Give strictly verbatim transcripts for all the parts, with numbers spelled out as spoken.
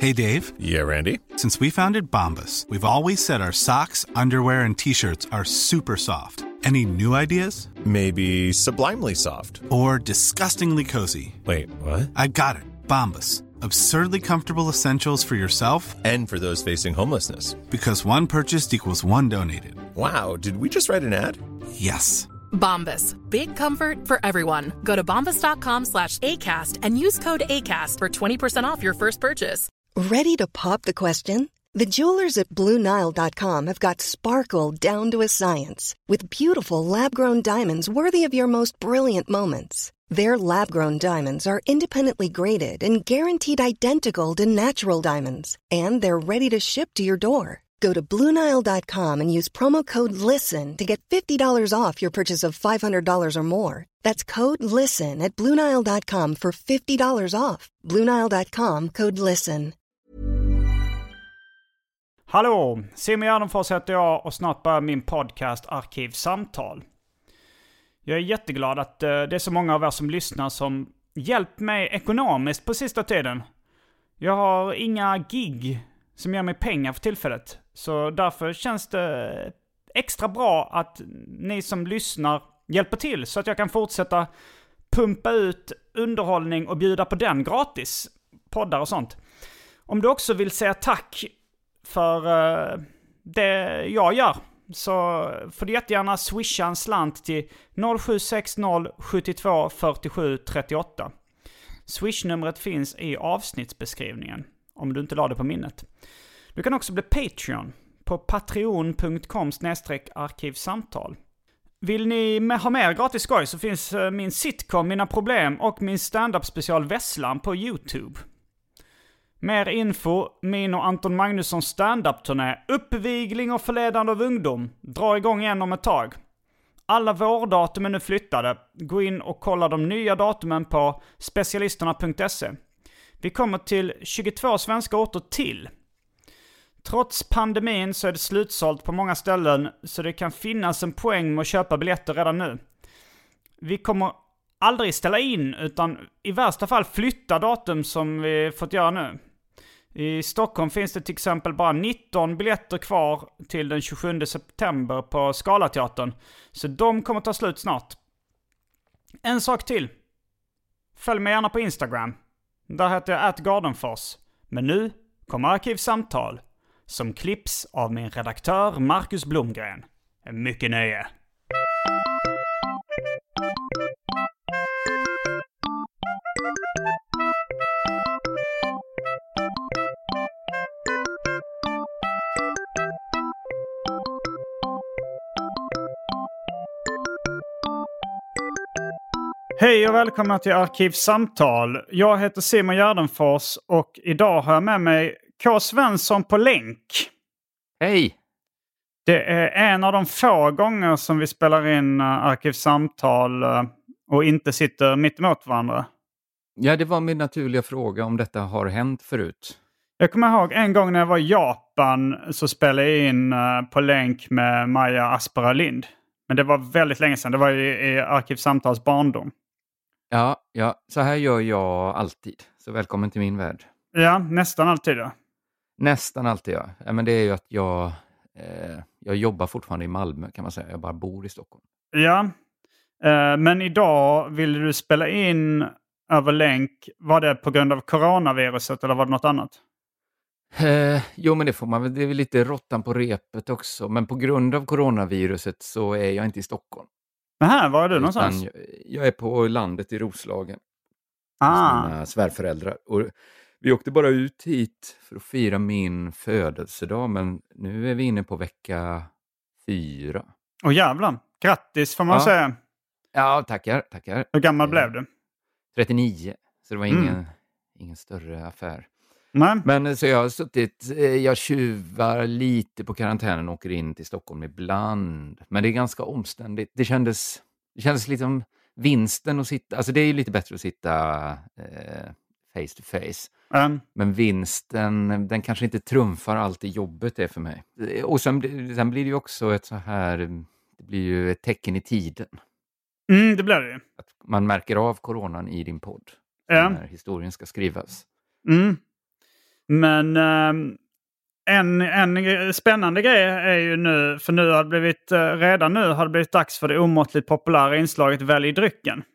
Hey, Dave. Yeah, Randy. Since we founded Bombas, we've always said our socks, underwear, and T-shirts are super soft. Any new ideas? Maybe sublimely soft. Or disgustingly cozy. Wait, what? I got it. Bombas. Absurdly comfortable essentials for yourself and for those facing homelessness. Because one purchased equals one donated. Wow, did we just write an ad? Yes. Bombas. Big comfort for everyone. Go to bombas.com slash ACAST and use code ACAST for twenty percent off your first purchase. Ready to pop the question? The jewelers at Blue Nile dot com have got sparkle down to a science with beautiful lab-grown diamonds worthy of your most brilliant moments. Their lab-grown diamonds are independently graded and guaranteed identical to natural diamonds, and they're ready to ship to your door. Go to Blue Nile dot com and use promo code LISTEN to get fifty dollars off your purchase of five hundred dollars or more. That's code LISTEN at Blue Nile dot com for fifty dollars off. Blue Nile dot com, code LISTEN. Hallå, Simon Gärdenfors heter jag och snart börjar min podcast Arkivsamtal. Jag är jätteglad att det är så många av er som lyssnar som hjälpt mig ekonomiskt på sista tiden. Jag har inga gig som ger mig pengar för tillfället. Så därför känns det extra bra att ni som lyssnar hjälper till så att jag kan fortsätta pumpa ut underhållning och bjuda på den gratis. Poddar och sånt. Om du också vill säga tack för uh, det jag gör så får du jättegärna swisha en slant till noll sju sex noll sju två fyra sju tre åtta. Swish-numret finns i avsnittsbeskrivningen om du inte la det på minnet. Du kan också bli Patreon på patreon punkt com slash arkivsamtal. Vill ni ha mer gratis skoj så finns min sitcom Mina problem och min stand-up special Vesslan på YouTube. Mer info, min och Anton Magnussons stand-up-turné Uppvigling och förledande av ungdom drar igång igen om ett tag. Alla vårdatum är nu flyttade. Gå in och kolla de nya datumen på specialisterna punkt se. Vi kommer till tjugotvå svenska orter till. Trots pandemin så är det slutsålt på många ställen så det kan finnas en poäng med att köpa biljetter redan nu. Vi kommer aldrig ställa in utan i värsta fall flytta datum som vi fått göra nu. I Stockholm finns det till exempel bara nitton biljetter kvar till den tjugosjunde september på Scalateatern. Så de kommer ta slut snart. En sak till. Följ mig gärna på Instagram. Där heter jag at Gardenfors. Men nu kommer Arkivsamtal som klipps av min redaktör Marcus Blomgren. Mycket nöje. Hej och välkomna till Arkivsamtal. Jag heter Simon Gärdenfors och idag har jag med mig K. Svensson på länk. Hej! Det är en av de få gånger som vi spelar in Arkivsamtal och inte sitter mitt emot varandra. Ja, det var min naturliga fråga om detta har hänt förut. Jag kommer ihåg en gång när jag var i Japan så spelade jag in på länk med Maja Aspera Lind. Men det var väldigt länge sedan. Det var i, i Arkivsamtals barndom. Ja, ja, så här gör jag alltid. Så välkommen till min värld. Ja, nästan alltid då. Nästan alltid, ja. ja men det är ju att jag, eh, jag jobbar fortfarande i Malmö kan man säga. Jag bara bor i Stockholm. Ja, eh, men idag vill du spela in över länk. Var det på grund av coronaviruset eller var det något annat? Eh, jo, men det får man väl. Det är väl lite råttan på repet också. Men på grund av coronaviruset så är jag inte i Stockholm. Nähä, var är du någonstans? Jag, jag är på landet i Roslagen. Ah. Hos mina svärföräldrar. Och vi åkte bara ut hit för att fira min födelsedag. Men nu är vi inne på vecka fyra. Åh jävlar, grattis får man ja. säga. Ja, tackar, tackar. Hur gammal blev du? trettionio, så det var ingen, mm. ingen större affär. Nej. Men så jag har suttit, jag tjuvar lite på karantänen och åker in till Stockholm ibland. Men det är ganska omständigt. Det kändes, det kändes liksom vinsten att sitta, alltså det är ju lite bättre att sitta eh, face to face. Mm. Men vinsten, den kanske inte trumfar allt i jobbet är för mig. Och sen, sen blir det ju också ett så här, det blir ju ett tecken i tiden. Mm, det blir det ju. Att man märker av coronan i din podd. Ja. När historien ska skrivas. Mm. Men um, en, en spännande grej är ju nu, för nu har det blivit, uh, redan nu har det blivit dags för det omåttligt populära inslaget Välj drycken.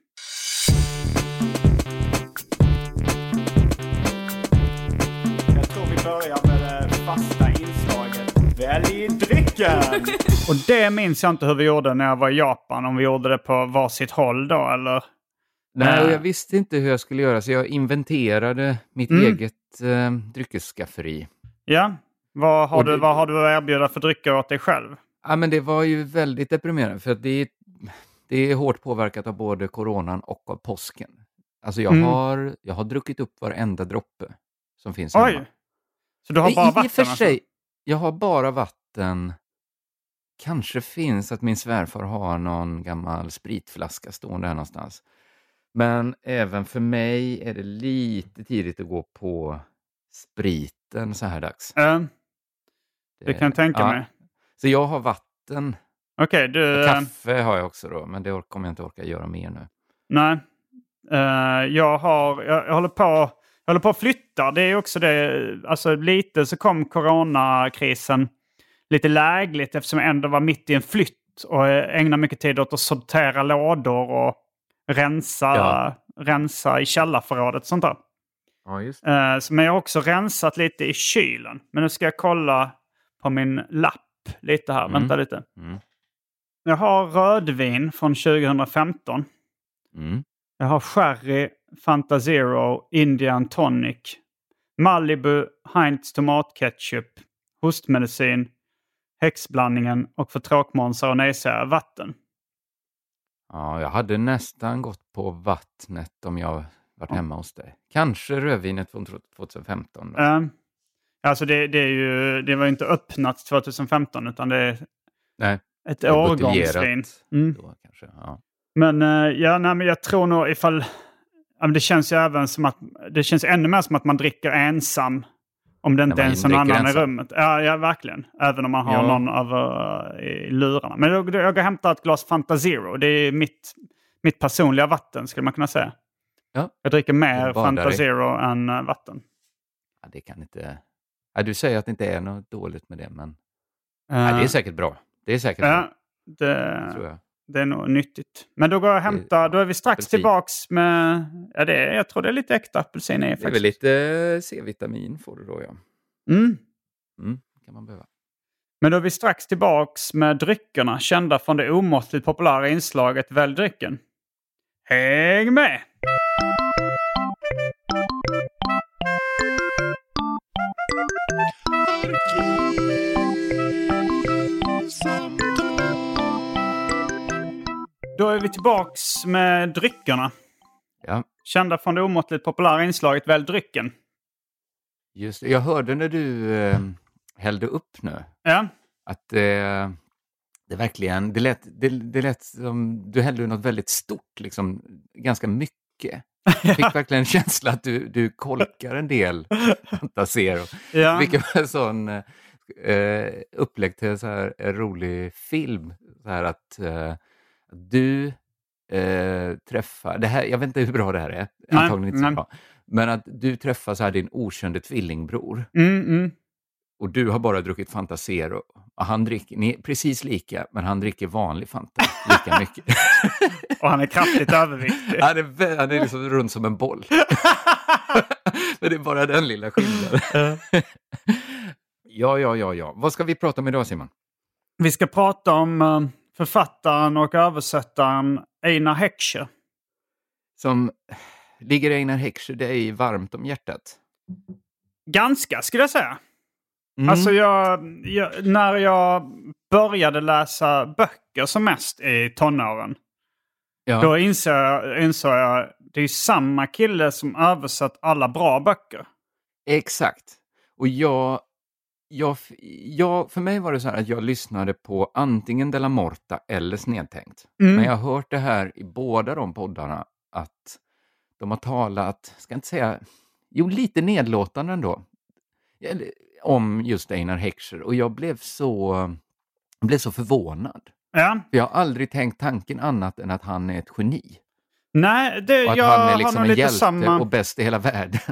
Jag tror vi börjar med det fasta inslaget Välj drycken! Och det minns jag inte hur vi gjorde när jag var i Japan, om vi gjorde det på varsitt håll då, eller... Nej, och jag visste inte hur jag skulle göra, så jag inventerade mitt mm. eget eh, dryckesskafferi. Ja, vad har, det, du, vad har du att erbjuda för drycker åt dig själv? Ja, men det var ju väldigt deprimerande, för att det är, det är hårt påverkat av både coronan och av påsken. Alltså jag, mm. har, jag har druckit upp varenda droppe som finns hemma. Oj, så du har bara I, vatten? I för sig, alltså? Jag har bara vatten. Kanske finns att min svärfar har någon gammal spritflaska stående här någonstans. Men även för mig är det lite tidigt att gå på spriten så här dags. Mm. Det, det kan jag tänka ja. mig. Så jag har vatten. Okej, okay, du... Kaffe har jag också då, men det kommer jag inte orka göra mer nu. Nej. Uh, jag har... Jag, jag håller på... Jag håller på att flytta. Det är också det... Alltså lite så kom coronakrisen lite lägligt, eftersom jag ändå var mitt i en flytt och ägnade mycket tid åt att sortera lådor och rensa, ja. rensa i källarförrådet och sånt där. Ja, just det. Uh, så, men jag har också rensat lite i kylen. Men nu ska jag kolla på min lapp lite här. Mm. Vänta lite. Mm. Jag har rödvin från tjugo femton. Mm. Jag har sherry, Fanta Zero, Indian Tonic, Malibu, Heinz tomatketchup, hostmedicin, häxblandningen och för tråkmånsar och nejsära vatten. Ja, jag hade nästan gått på vattnet om jag varit hemma hos dig. Kanske rödvinet från tjugo femton. Uh, alltså det, det, är ju, det var inte öppnat tjugo femton utan det är nej, ett årgångsvin. Mm. Då, kanske, ja. Men, uh, ja, nej, men jag tror nog ifall... Ja, det känns ju även som att... Det känns ännu mer som att man dricker ensam. Om det inte är en annan ensam. I rummet. Ja, ja, verkligen. Även om man har ja. någon över uh, i lurarna. Men jag, jag går hämta ett glas Fanta Zero. Det är mitt, mitt personliga vatten, skulle man kunna säga. Ja. Jag dricker mer Fanta Zero än uh, vatten. Ja, det kan inte... Ja, du säger att det inte är något dåligt med det, men... Uh, ja, det är säkert bra. Det är säkert ja, bra. Det, det tror jag. Det är nog nyttigt. Men då går jag och hämtar... Då är vi strax apelsin. Tillbaks med... Ja, det är, jag tror det är lite äkta apelsin i. Det är väl lite C-vitamin får du då, ja. Mm. Mm, kan man behöva. Men då är vi strax tillbaks med dryckerna kända från det omåttligt populära inslaget Välj drycken. Häng med! Då är vi tillbaks med dryckerna. Ja. Kända från det omåttligt populära inslaget Välj drycken. Just det. Jag hörde när du eh, hällde upp nu. Ja. Att eh, det verkligen, det lät, det, det lät som, du hällde något väldigt stort, liksom ganska mycket. Jag fick verkligen en känsla att du, du kolkar en del Fanta Zero. Ja. Vilket var en sån eh, upplägg till en så här en rolig film. Så här att eh, du eh, träffar, det här, jag vet inte hur bra det här är, nej, antagligen inte så nej. bra. Men att du träffar så här din okände tvillingbror. Mm, mm. Och du har bara druckit Fanta Zero. Och han dricker, ni är precis lika, men han dricker vanlig Fanta lika mycket. Och han är kraftigt överviktig. Han är, han är liksom runt som en boll. Men det är bara den lilla skillnaden. ja, ja, ja, ja. Vad ska vi prata om idag, Simon? Vi ska prata om uh, författaren och översättaren Einar Heckscher. Som ligger Einar Heckscher dig varmt om hjärtat? Ganska, skulle jag säga. Mm. Alltså jag, jag, när jag började läsa böcker som mest i tonåren. Ja. Då insåg jag, insåg jag det är samma kille som översatt alla bra böcker. Exakt. Och jag, jag, jag, för mig var det så här att jag lyssnade på antingen Della Morta eller Snedtänkt. Mm. Men jag har hört det här i båda de poddarna att de har talat, ska jag inte säga, jo lite nedlåtande ändå. Om just Einar Heckscher. Och jag blev så, jag blev så förvånad. Ja. Jag har aldrig tänkt tanken annat än att han är ett geni. Nej, det, och att jag han är liksom har en hjälte samma... och bäst i hela världen.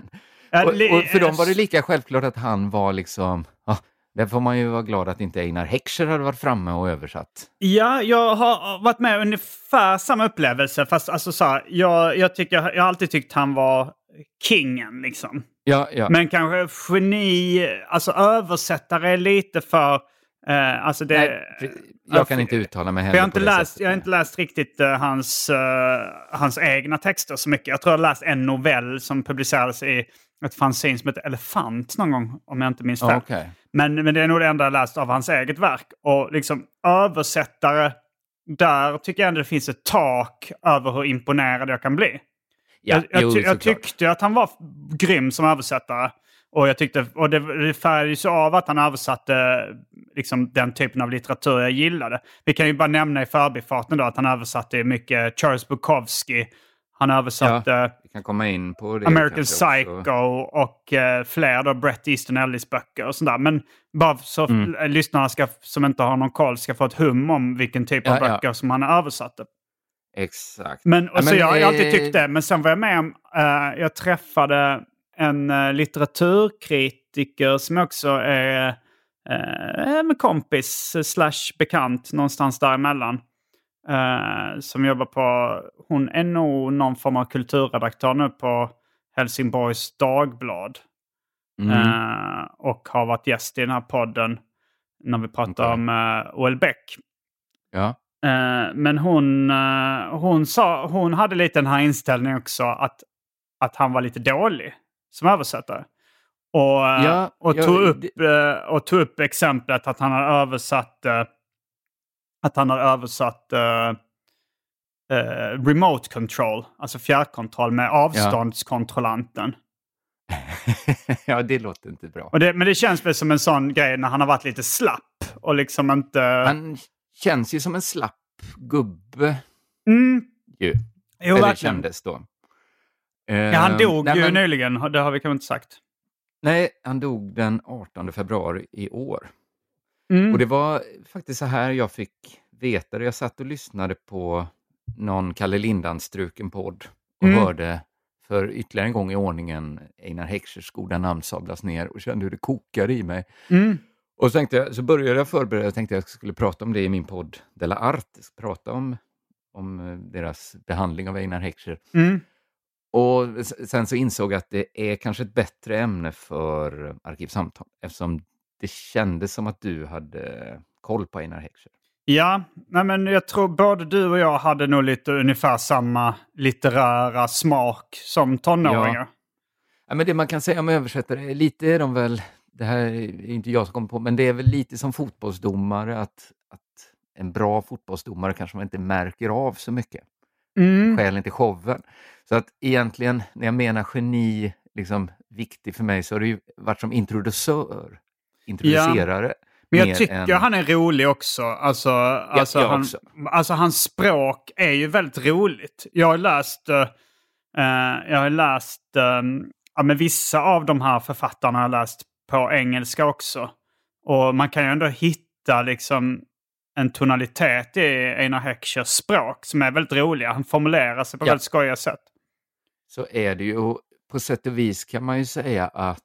Och, och för dem var det lika självklart att han var liksom... Ah, där får man ju vara glad att inte Einar Heckscher hade varit framme och översatt. Ja, jag har varit med ungefär samma upplevelse. Fast alltså så här, jag, jag, tycker, jag har alltid tyckt han var kingen liksom. Ja, ja. Men kanske geni, alltså översättare är lite för... Eh, alltså det, Nej, jag kan inte uttala mig heller jag har inte på det läst, sättet. Jag har inte läst riktigt uh, hans, uh, hans egna texter så mycket. Jag tror jag har läst en novell som publicerades i ett fanzine som heter Elefant någon gång, om jag inte minns fel. Oh, okay. men, men det är nog det enda jag läst av hans eget verk. Och liksom översättare, där tycker jag ändå det finns ett tak över hur imponerad jag kan bli. Ja, jag, jag, jo, ty- jag tyckte att han var grym som översättare. Och jag tyckte, och det, det färgades ju av att han översatte liksom den typen av litteratur jag gillade. Vi kan ju bara nämna i förbifarten då att han översatte mycket Charles Bukowski. Han översatte ja, vi kan komma in på det American Psycho också. och uh, fler då Bret Easton Ellis böcker och sådär. Men bara så mm. lyssnarna ska, som inte har någon koll ska få ett hum om vilken typ av ja, böcker ja. som han översatte. Exakt. Men, och ja, så men, jag har eh... alltid tyckt det. Men sen var jag med om, uh, jag träffade en uh, litteraturkritiker som också är uh, med kompis slash bekant någonstans däremellan. Uh, som jobbar på, hon är nog någon form av kulturredaktör nu på Helsingborgs Dagblad. Mm. Uh, och har varit gäst i den här podden när vi pratar okay. om uh, O L Beck. Ja. Uh, men hon, uh, hon, sa, hon hade lite den här inställningen också att, att han var lite dålig som översättare. Och, ja, och, tog, jag, upp, uh, och tog upp exemplet att han hade översatt uh, att han hade översatt uh, uh, remote control, alltså fjärrkontroll med avståndskontrollanten. Ja, ja det låter inte bra. Och det, men det känns väl som en sån grej när han har varit lite slapp och liksom inte... Han känns ju som en slapp gubbe. Mm. Ju. Jo, Eller kändes då. Uh, ja, han dog nej, ju men... nyligen, det har vi kanske inte sagt. Nej, han dog den artonde februari i år. Mm. Och det var faktiskt så här jag fick veta det. Jag satt och lyssnade på någon Kalle Lindan-struken podd och mm. hörde för ytterligare en gång i ordningen Einar Heckschers goda namn sablas ner och kände hur det kokade i mig. Mm. Och så, tänkte jag, så började jag förbereda, jag tänkte jag skulle prata om det i min podd Della Arte, prata om, om deras behandling av Einar Heckscher. Mm. Och sen så insåg jag att det är kanske ett bättre ämne för Arkivsamtal eftersom det kändes som att du hade koll på Einar Heckscher. Ja, nej men jag tror både du och jag hade nog lite ungefär samma litterära smak som tonåringar. Ja. Ja, men det man kan säga om översättare, lite är de väl, det här är inte jag som kommer på, men det är väl lite som fotbollsdomare att, att en bra fotbollsdomare kanske man inte märker av så mycket. Mm. Skälen till showen. Så att egentligen, när jag menar geni, liksom viktig för mig, så har det ju varit som introducör, introducerare. Ja. Men jag tycker än... han är rolig också. Alltså, ja, alltså, han, också. alltså hans språk är ju väldigt roligt. Jag har läst, uh, jag har läst um, ja, med vissa av de här författarna har jag läst på engelska också. Och man kan ju ändå hitta liksom en tonalitet i Einar Heckschers språk som är väldigt rolig. Han formulerar sig på ja. väldigt skojiga sätt. Så är det ju. Och på sätt och vis kan man ju säga att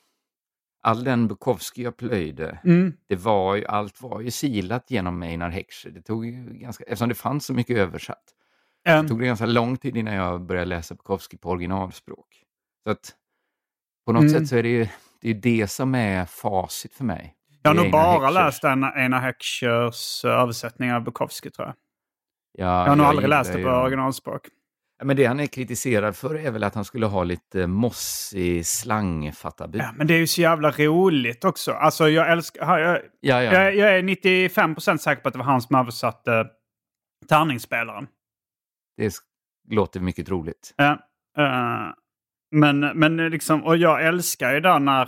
all den Bukowski jag plöjde, mm. det var ju, allt var ju silat genom Einar Heckscher. Det tog ju ganska, eftersom det fanns så mycket översatt. Um. Det tog det ganska lång tid innan jag började läsa Bukowski på originalspråk. Så att på något mm. sätt så är det ju det, är det som är facit för mig. Jag har nog bara Heckschers. läst en, Einar Heckschers översättning av Bukowski, tror jag. Ja, jag har nog jag aldrig läst det på ju. originalspråk. Men det han är kritiserad för är väl att han skulle ha lite mossig slangfattaby. Ja, men det är ju så jävla roligt också. Alltså jag älskar... Jag, ja, ja. jag, jag är nittiofem procent säker på att det var han som översatte Tärningsspelaren. Det låter mycket roligt. Ja. Uh, men, men liksom... Och jag älskar ju där när...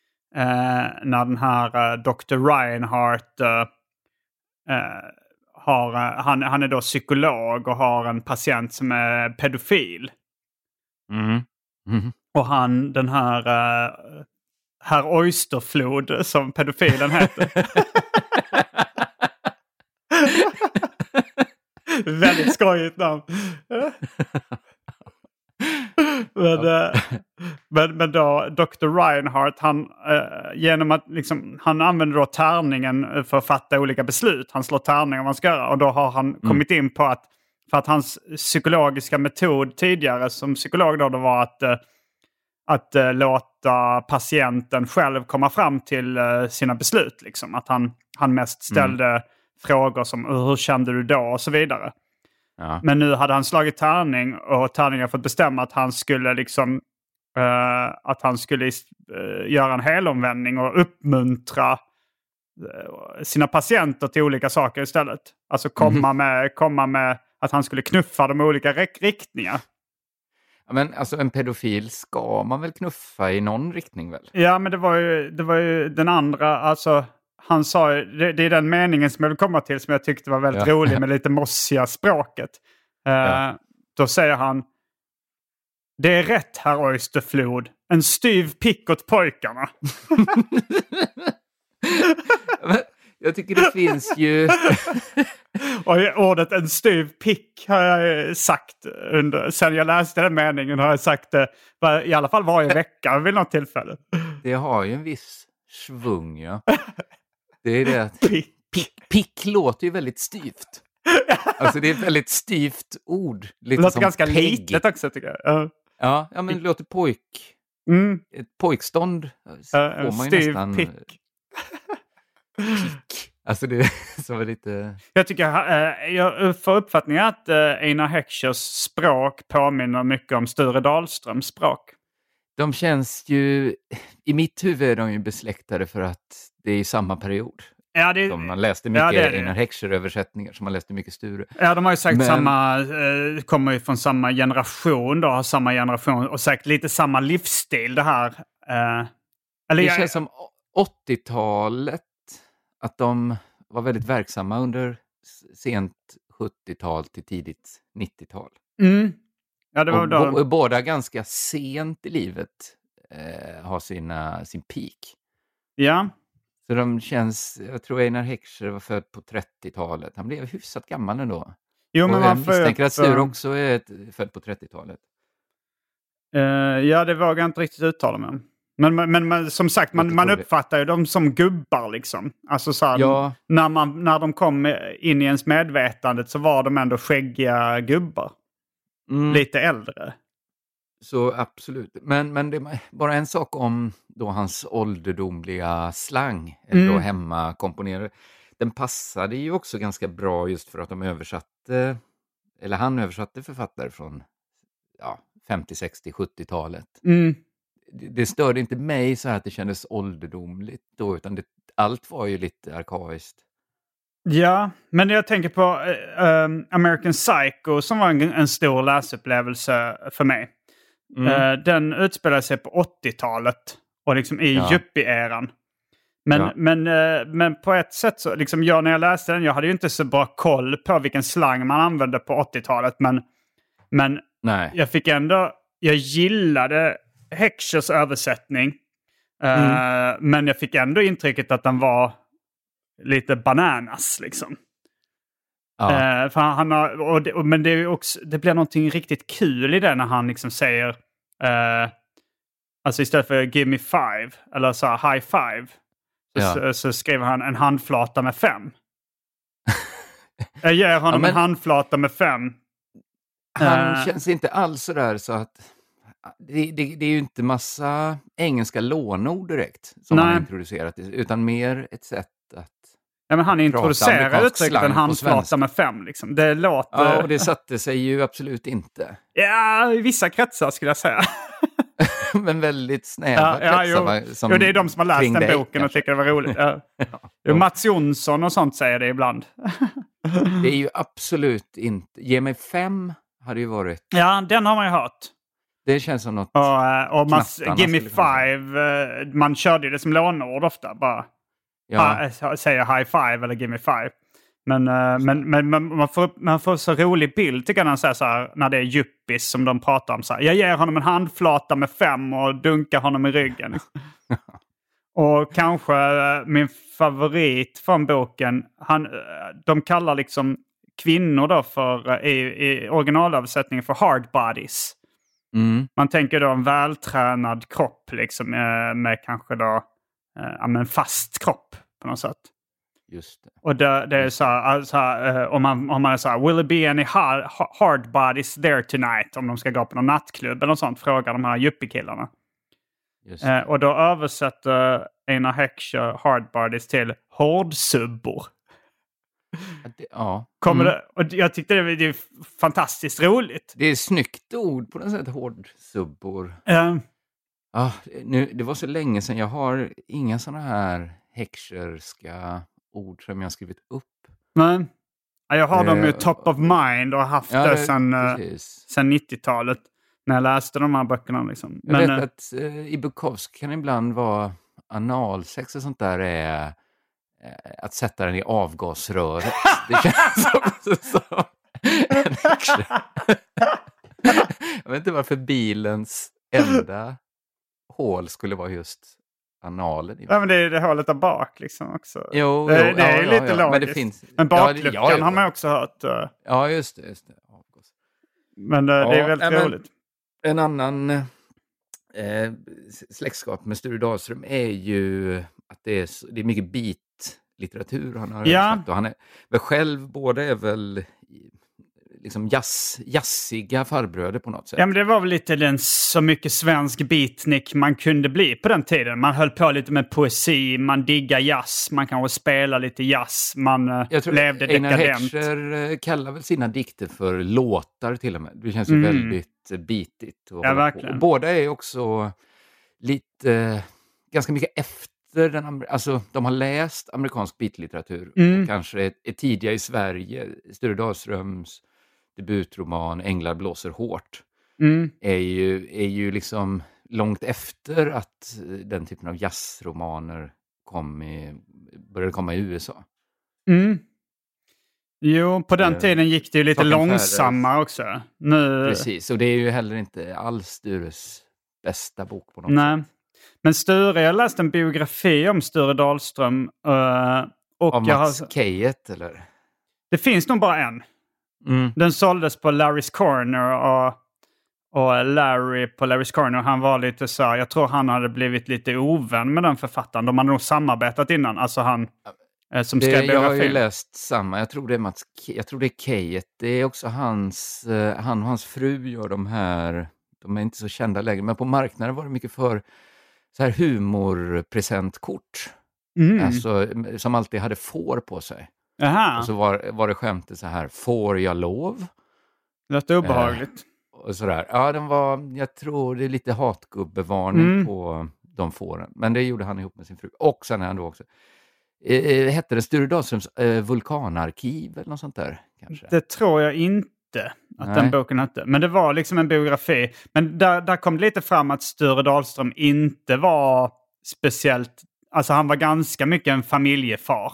Uh, när den här uh, doktor Reinhardt... Uh, uh, Har, han, han är då psykolog och har en patient som är pedofil. Mm. Mm. Och han, den här uh, herr Oysterflod som pedofilen heter. Väldigt skojigt namn. men, uh, Men, men då doktor Reinhardt, han, eh, genom att liksom, han använder då tärningen för att fatta olika beslut. Han slår tärning om man ska göra. Och då har han mm. kommit in på att, för att hans psykologiska metod tidigare som psykolog då, då var att, eh, att eh, låta patienten själv komma fram till eh, sina beslut. Liksom. Att han, han mest ställde mm. frågor som hur kände du då och så vidare. Ja. Men nu hade han slagit tärning och tärningen har fått bestämma att han skulle liksom uh, att han skulle uh, göra en helomvändning och uppmuntra uh, sina patienter till olika saker istället. Alltså komma, mm. med, komma med att han skulle knuffa dem i olika rik- riktningar. Ja, men alltså en pedofil ska man väl knuffa i någon riktning väl? Ja, men det var ju, det var ju den andra, alltså han sa, det, det är den meningen som jag vill komma till som jag tyckte var väldigt ja. rolig med lite mossiga språket. Uh, ja. Då säger han: det är rätt, herr Oysterflod. En styv pick åt pojkarna. Jag tycker det finns ju... Och ordet en styv pick har jag sagt under, sen jag läste den meningen har jag sagt det i alla fall varje vecka vid något tillfälle. Det har ju en viss svung, ja. Det är det att pick, pick låter ju väldigt styvt. Alltså det är ett väldigt styvt ord. Lite det låter som ganska peg. litet också tycker jag. Uh. Ja, ja, men det låter pojk. Mm. Ett pojkstånd uh, får man ju nästan... pick. Pick. Alltså det är så lite... Jag tycker, uh, jag får uppfattningen att uh, Einar Heckschers språk påminner mycket om Sture Dahlströms språk. De känns ju... I mitt huvud är de ju besläktade för att det är i samma period. Ja, det, som man läste mycket ja, Einar Heckscher-översättningar som man läste mycket Sture. Ja, de har ju sagt Men... samma, eh, kommer ju från samma generation då, har samma generation och säkert lite samma livsstil det här. Eh, eller det jag... känns som åttiotalet, att de var väldigt verksamma under sent sjuttiotal till tidigt nittiotal. Mm. Ja, det var och, då... b- båda ganska sent i livet eh, har sina, sin peak. Ja. Så de känns, jag tror Einar Heckscher var född på trettiotalet. Han blev hyfsat gammal ändå. Jo, men och man jag misstänker att Sture för... också är ett, född på trettiotalet. Uh, ja, det vågar jag inte riktigt uttala mig. Men, men, men, men som sagt, man, man uppfattar ju dem som gubbar liksom. Alltså så här, ja. när, man, när de kom in i ens medvetandet så var de ändå skäggiga gubbar. Mm. Lite äldre. Så absolut. Men, men det är bara en sak om då hans ålderdomliga slang. Mm. Eller då hemma komponerade. Den passade ju också ganska bra just för att de översatte, eller han översatte författare från ja, femtio, sextio, sjuttiotalet. Mm. Det, det störde inte mig så här att det kändes ålderdomligt då, utan det, allt var ju lite arkaiskt. Ja, men jag tänker på uh, American Psycho som var en, en stor läsupplevelse för mig. Mm. Uh, den utspelade sig på åttiotalet och liksom i ja. yuppie-eran. Men, ja. men, uh, men på ett sätt så, liksom jag när jag läste den, jag hade ju inte så bra koll på vilken slang man använde på åttiotalet. Men, men Nej. jag fick ändå, jag gillade Heckschers översättning. Uh, mm. Men jag fick ändå intrycket att den var lite bananas liksom. Ja. Uh, för han har, och det, och, men det, är också, det blir någonting riktigt kul i det när han liksom säger uh, alltså istället för give me five eller så här, high five ja. så, så skriver han en handflata med fem. Jag ger honom ja, men... en handflata med fem. Han uh, känns inte alls så där så att det, det, det är ju inte massa engelska lånord direkt som nej. Han introducerat utan mer ett sätt att ja, men han introducerar uttrycket en handflata med fem. Liksom. Det låter... Ja, och det satte sig ju absolut inte. Ja, i vissa kretsar skulle jag säga. Men väldigt snäva ja, kretsar. Ja, jo. Som jo, det är de som har läst den boken kanske. Och tycker det var roligt. Ja. ja, jo, Mats Jonsson och sånt säger det ibland. Det är ju absolut inte... Ge mig fem hade ju varit... Ja, den har man ju hört. Det känns som något... Och, och man, give me five, man körde ju det som lånord ofta. Bara ja. ha, säga high five eller give me five. Men, uh, men, men, men man, får, man får så rolig bild tycker jag när, säger så här, när det är yuppies som de pratar om. Så här, jag ger honom en handflata med fem och dunkar honom i ryggen. Och kanske uh, min favorit från boken, han, uh, de kallar liksom kvinnor då för, uh, i, i originalöversättningen för hard bodies. Mm. Man tänker då en vältränad kropp liksom, med, med kanske då eh, ja, men fast kropp på något sätt. Just det. Och det, det är så här, alltså, eh, om, man, om man är så här, will it be any hard, hard bodies there tonight? Om de ska gå på någon nattklubb eller något sånt, frågar de här yuppie-killarna. Just det. Eh, och då översätter Einar Heckscher hard bodies till hårdsubbor. Ja, det, ja. Kommer Mm. det, och jag tyckte det var, det är fantastiskt roligt. Det är ett snyggt ord på något sätt, hårdsubbor. Eh, Ja, nu, det var så länge sedan. Jag har inga sådana här häckscherska ord som jag har skrivit upp. men ja, jag har dem ju Eh, top of mind och har haft Ja, det det- sedan, eh, precis. sedan nittiotalet. När jag läste de här böckerna liksom. Jag Men, vet eh, att eh, i Bukowski kan det ibland vara analsex och sånt där är eh, att sätta den i avgasröret. Det känns också som en häckscher. Jag vet inte varför bilens enda hål skulle vara just analen. ja, men det är det hålet där bak liksom också. Jo, det, jo, det är ja, ju ja, lite ja, logiskt. men det finns- Men ja, bakluckan det- ja, ja. har man också hört. eh, Ja, just det. Just det. Avgas. Men eh, det är Ja, väldigt nej, men- roligt. En annan eh, släktskap med Sture Dahlström är ju att det är, så, det är mycket beat-litteratur han har Ja. översatt. Och han är väl själv, båda är väl liksom jazz, jazziga farbröder på något sätt. Ja, men det var väl lite den så mycket svensk beatnik man kunde bli på den tiden. Man höll på lite med poesi, man diggar jazz, man kanske spelar lite jazz, man eh, Jag tror levde Einar dekadent. Heckscher eh, kallar väl sina dikter för låtar till och med. Det känns ju Mm. väldigt eh, beatigt. Och Ja, hålla på. verkligen. Och båda är också lite, eh, ganska mycket efter den, amer- alltså de har läst amerikansk beatlitteratur Mm. och kanske är, är tidiga i Sverige. Sture Dahlströms debutroman Änglar blåser hårt Mm. är ju, är ju liksom långt efter att eh, den typen av jazzromaner kom i, började komma i U S A. Mm. Jo, på den Eh, tiden gick det ju lite Klockan långsammare också. Nu, Precis, och det är ju heller inte alls Stures bästa bok på något nej. sätt. Men Sture, jag läste en biografi om Sture Dahlström. eh, och Av jag Mats har, Kejet, eller? det finns nog bara en. Mm. Den såldes på Larry's Corner och, och Larry på Larry's Corner, han var lite så här, jag tror han hade blivit lite ovän med den författaren. De hade nog samarbetat innan, alltså han eh, som Det, skrev jag har ju biografin. läst samma, jag tror det är Mats Ke- jag tror det är Kejet. Det är också hans, eh, han och hans fru gör de här, de är inte så kända längre, men på marknaden var det mycket för så här humorpresentkort. Mm. Alltså, som alltid hade får på sig. Jaha, Och så var, var det skämtet så här, får jag lov? det lät obehagligt. Och sådär. Ja, den var, jag tror det är lite hatgubbevarning Mm. på de fåren. Men det gjorde han ihop med sin fru. Och sen är han då också, eh, eh, hette det Sture Dahlströms eh, vulkanarkiv eller något sånt där kanske? Det tror jag inte att Nej. den boken hette. Men det var liksom en biografi. Men där, där kom det lite fram att Sture Dahlström inte var speciellt, alltså han var ganska mycket en familjefar.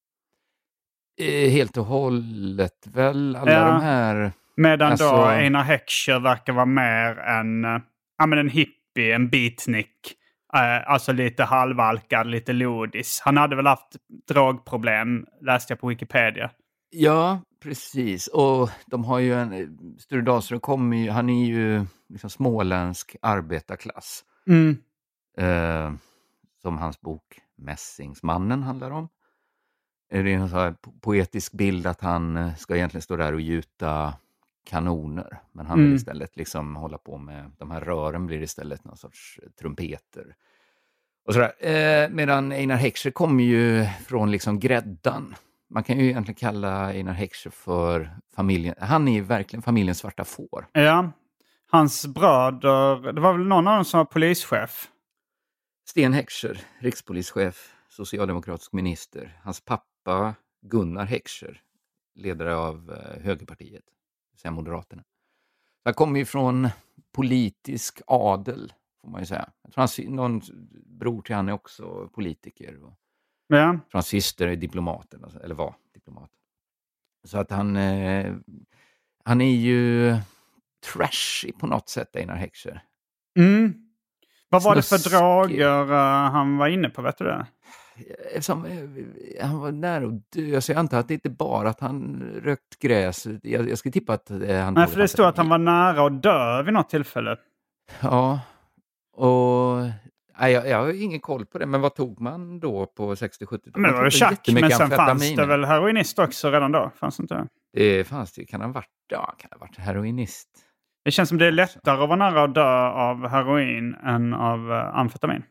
Eh, helt och hållet väl, alla Ja. de här... Medan Alltså- då Einar Heckscher verkar vara mer en, eh, ja, men en hippie, en beatnik. Eh, alltså lite halvalkad, lite lodis. Han hade väl haft drogproblem, läste jag på Wikipedia. Ja, precis. Och de har ju en... Sture Dahlström kommer ju, han är ju liksom småländsk arbetarklass. Mm. Eh, som hans bok Mässingsmannen handlar om. Det är en så här po- poetisk bild att han eh, ska egentligen stå där och gjuta kanoner. Men han vill Mm. istället liksom hålla på med, de här rören blir istället någon sorts eh, trumpeter. Och sådär. Eh, medan Einar Heckscher kommer ju från liksom gräddan. Man kan ju egentligen kalla Einar Heckscher för familjen. Han är ju verkligen familjens svarta får. Ja, hans bröder, det var väl någon av dem som var polischef. Sten Heckscher, rikspolischef, socialdemokratisk minister. Hans pappa Gunnar Heckscher, ledare av eh, högerpartiet, det vill säga Moderaterna. Han kommer ju från politisk adel, får man ju säga. Jag tror hans, någon bror till han är också politiker. Och Ja, jag tror hans syster är diplomat, eller, eller var diplomat. Så att han, eh, han är ju trashy på något sätt, Einar Heckscher. mm. Vad var det för Snuskig. droger eh, han var inne på, vet du det? Eftersom han var nära att dö, så jag antar att det inte bara att han rökt gräs. Jag, jag skulle tippa att han... Nej, för det stod att han var nära att dö vid något tillfälle. Ja, och... Nej, jag, jag har ingen koll på det, men vad tog man då på sextio-sjuttio-talet? Men det var ju tjack, men sen fanns det väl heroinist också redan då? Fanns inte det? Det fanns det, kan ha varit, ja, kan ha varit heroinist. Det känns som det är lättare att vara nära att dö av heroin än av uh, amfetamin.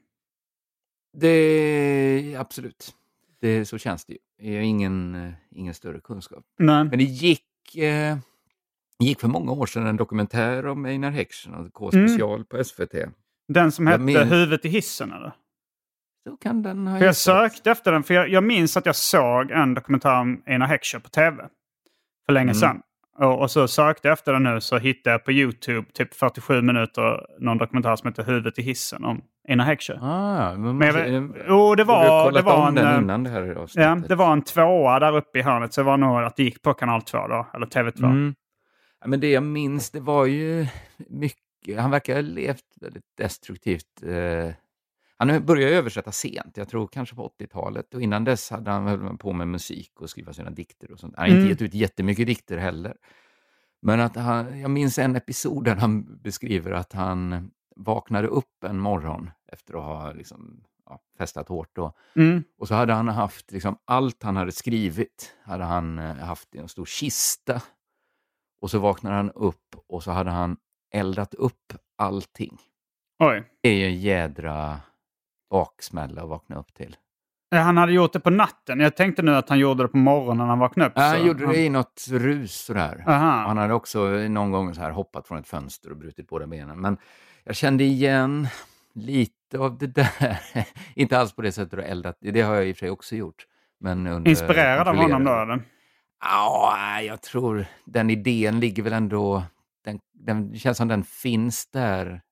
Det, absolut. Det, så känns det ju. Jag har ingen, ingen större kunskap. Nej. Men det gick, eh, gick för många år sedan en dokumentär om Einar Heckscher, K-special mm. på S V T. Den som hette minns... Huvudet i hissen, eller? Så kan den ha för jag sökte efter den, för jag, jag minns att jag såg en dokumentär om Einar Heckscher på tv för länge mm. sedan. Och, och så sökte jag efter den nu, så hittade jag på YouTube typ fyrtiosju minuter någon dokumentär som heter Huvudet i hissen om Einar Heckscher. Ah, men men jag, oh, det var, det var en, den innan det här ja, det var en tvåa där uppe i hörnet, så det var nog att det gick på kanal två då, eller T V två. Mm. Ja, men det jag minns, det var ju mycket, han verkar ha levt väldigt destruktivt. Eh, han började översätta sent, jag tror kanske på åttiotalet, och innan dess hade han väl på med musik och skriva sina dikter och sånt. Han har mm. inte gett ut jättemycket dikter heller. Men att han, jag minns en episod där han beskriver att han vaknade upp en morgon efter att ha liksom, ja, festat hårt då. Mm. Och så hade han haft liksom, allt han hade skrivit hade han haft i en stor kista. Och så vaknade han upp och så hade han eldat upp allting. Oj. Det är ju en jädra baksmälla att vakna upp till. Han hade gjort det på natten. Jag tänkte nu att han gjorde det på morgonen när han vaknade upp. Ja, han så. gjorde det i något rus sådär. Aha. Han hade också någon gång så här hoppat från ett fönster och brutit båda benen. Men jag kände igen lite av det där. Inte alls på det sättet att eldat. Det har jag i och för sig också gjort. Men under inspirerad av honom då, eller? Ja, jag tror den idén ligger väl ändå... Den, den känns som den finns där...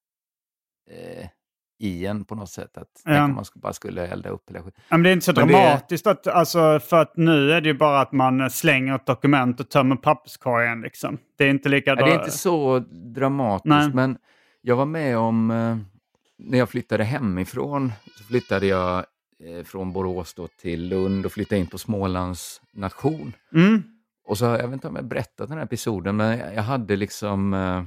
Eh, i en på något sätt, att ja. man bara skulle elda upp eller skit. Men det är inte så men dramatiskt det... att, alltså, för att nu är det ju bara att man slänger ett dokument och tömmer papperskorgen liksom. Det är inte lika... Ja, det är inte så dramatiskt. Nej. Men jag var med om eh, när jag flyttade hemifrån, så flyttade jag eh, från Borås då till Lund och flyttade in på Smålands nation. Mm. Och så, jag vet inte om jag berättat den här episoden, men jag hade liksom eh,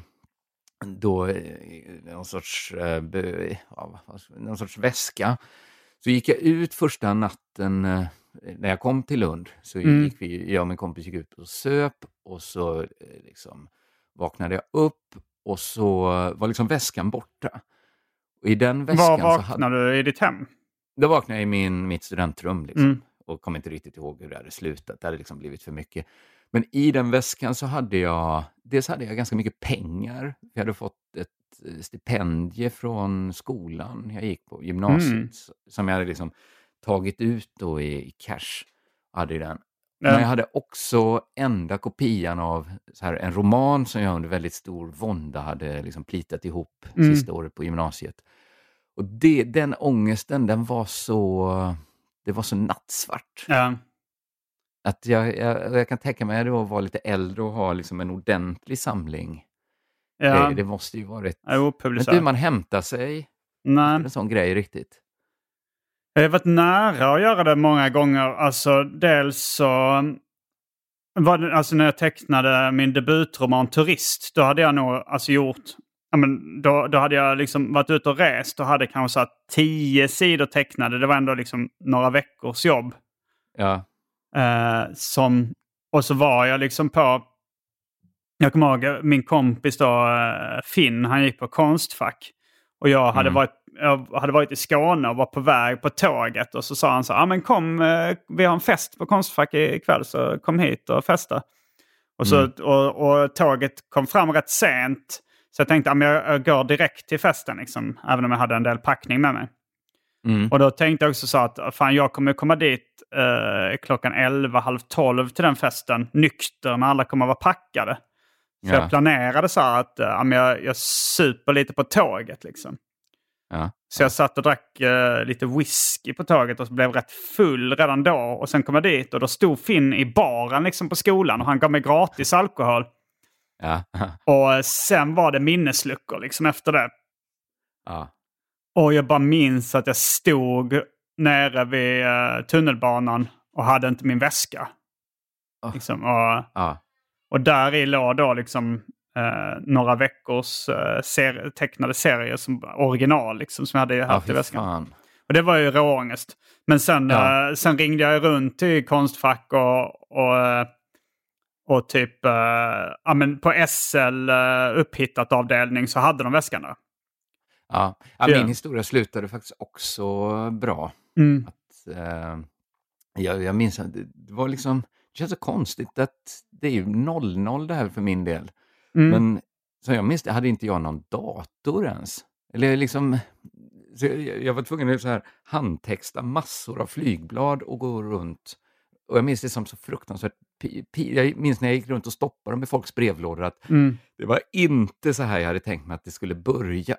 då någon sorts, eh, ja, någon sorts väska. Så gick jag ut första natten eh, när jag kom till Lund. Så mm. gick vi, jag och min kompis gick ut och söp. Och så eh, liksom vaknade jag upp. Och så var liksom väskan borta. Och i den väskan... Var vaknade så hade, du i ditt hem? Då vaknade jag i min, mitt studentrum liksom. Mm. Och kom inte riktigt ihåg hur det hade slutat. Det hade liksom blivit för mycket. Men i den väskan så hade jag... Dels hade jag ganska mycket pengar. Jag hade fått ett stipendie från skolan jag gick på gymnasiet. Mm. Som jag hade liksom tagit ut då i, i cash. Hade den. Mm. Men jag hade också enda kopian av så här, en roman som jag under väldigt stor vånda hade liksom plitat ihop mm. sista året på gymnasiet. Och det, den ångesten, den var så... Det var så nattsvart. Ja. Att jag, jag, jag kan tänka mig att det var lite äldre och ha liksom en ordentlig samling. Ja. Det, det måste ju vara rätt... Ja, men inte hur man hämtar sig. Nej. En sån grej riktigt. Jag har varit nära att göra det många gånger. Alltså dels så... Var det, alltså när jag tecknade min debutroman Turist, då hade jag nog alltså gjort... Ja, men då, då hade jag liksom varit ute och rest och hade kanske så här tio sidor tecknade. Det var ändå liksom några veckors jobb. Ja. Eh, som, och så var jag liksom på... Jag kommer ihåg min kompis då, Finn, han gick på Konstfack. Och jag hade, mm. varit, jag hade varit i Skåne och var på väg på tåget. Och så sa han så ja ah, men kom, vi har en fest på Konstfack ikväll så kom hit och festa. Och, så, mm. och, och tåget kom fram rätt sent. Så jag tänkte att ah, jag, jag går direkt till festen liksom, även om jag hade en del packning med mig. Mm. Och då tänkte jag också så att fan, jag kommer komma dit eh, klockan elva, halv tolv till den festen. Nykter när alla kommer vara packade. Så ja. Jag planerade så här att äh, jag, jag super lite på tåget liksom. Ja. Så jag satt och drack äh, lite whisky på tåget och så blev rätt full redan då. Och sen kom jag dit och då stod Finn i baren liksom på skolan och han gav mig gratis alkohol. Ja. Och sen var det minnesluckor liksom efter det. Ja. Och jag bara minns att jag stod nere vid uh, tunnelbanan och hade inte min väska. Oh. Liksom, och, Ja. och där i låg då liksom uh, några veckors uh, ser- tecknade serier som original liksom, som jag hade haft Ja, i väskan. fan. Och det var ju råångest. Men sen, Ja. uh, sen ringde jag runt till Konstfack och, och, uh, och typ uh, ja, men på S L uh, upphittat avdelning så hade de väskan där. Ja. Ja, Ja. min historia slutade faktiskt också bra. Mm. Att, eh, jag, jag minns att det, det var liksom, det känns så konstigt att det är ju noll noll det här för min del. Mm. Men så jag minns det, hade inte jag någon dator ens. Eller liksom, så jag, jag var tvungen att så här handtexta massor av flygblad och gå runt. Och jag minns det som så fruktansvärt. Pi, pi, jag minns när jag gick runt och stoppade dem i folks brevlådor att Mm. det var inte så här jag hade tänkt mig att det skulle börja.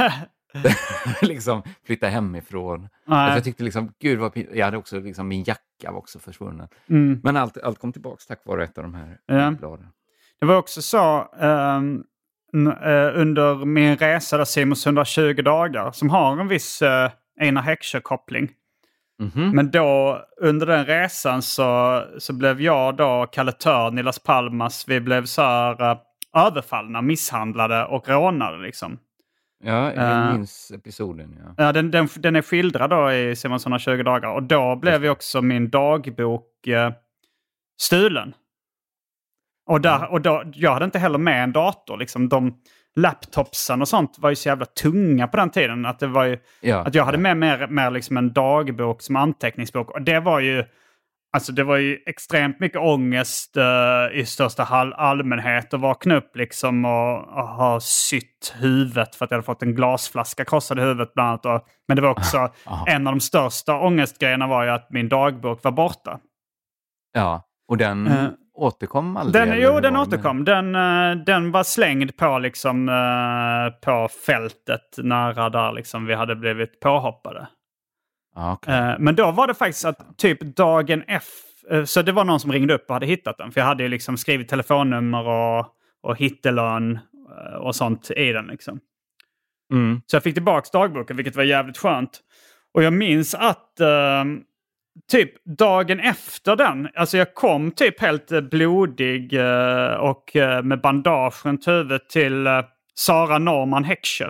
liksom flytta hemifrån. Alltså jag tyckte liksom, gud vad pin- jag hade också liksom, min jacka var också försvunnen. Mm. Men allt, allt kom tillbaks tack vare ett av de här Ja. bladen. Det var också så um, n- uh, under min resa där Simons hundratjugo dagar som har en viss uh, Einar Heckscher-koppling. Mhm. Men då under den resan så, så blev jag då Kalle Törn i Las Palmas. Vi blev så här uh, överfallna, misshandlade och rånade liksom. Ja, jag Eh. minns episoden. Ja. Ja, den, den, den är skildrad då i Simons hundratjugo dagar. Och då blev ju också min dagbok eh, stulen. Och, där, och då, jag hade inte heller med en dator. Liksom, de laptopsen och sånt var ju så jävla tunga på den tiden. Att, det var ju, Ja, att jag hade ja. med mer, mer liksom en dagbok som anteckningsbok. Och det var ju, alltså det var ju extremt mycket ångest eh, i största all, allmänhet. Att vakna upp liksom och, och ha sytt huvudet för att jag hade fått en glasflaska krossad i huvudet bland annat. Och, men det var också en av de största ångestgrejerna var ju att min dagbok var borta. Ja, och den Eh. återkom aldrig? Den, eller jo, hur den var det med återkom. Den, eh, den var slängd på, liksom, eh, på fältet nära där liksom, vi hade blivit påhoppade. Ja, okej. Eh, men då var det faktiskt att typ dagen efter, så det var någon som ringde upp och hade hittat den. För jag hade ju liksom skrivit telefonnummer och, och hittelön eh, och sånt i den liksom. Mm. Så jag fick tillbaka dagboken, vilket var jävligt skönt. Och jag minns att eh, typ dagen efter den, alltså jag kom typ helt eh, blodig eh, och eh, med bandage runt huvudet till eh, Sara Norman Heckscher.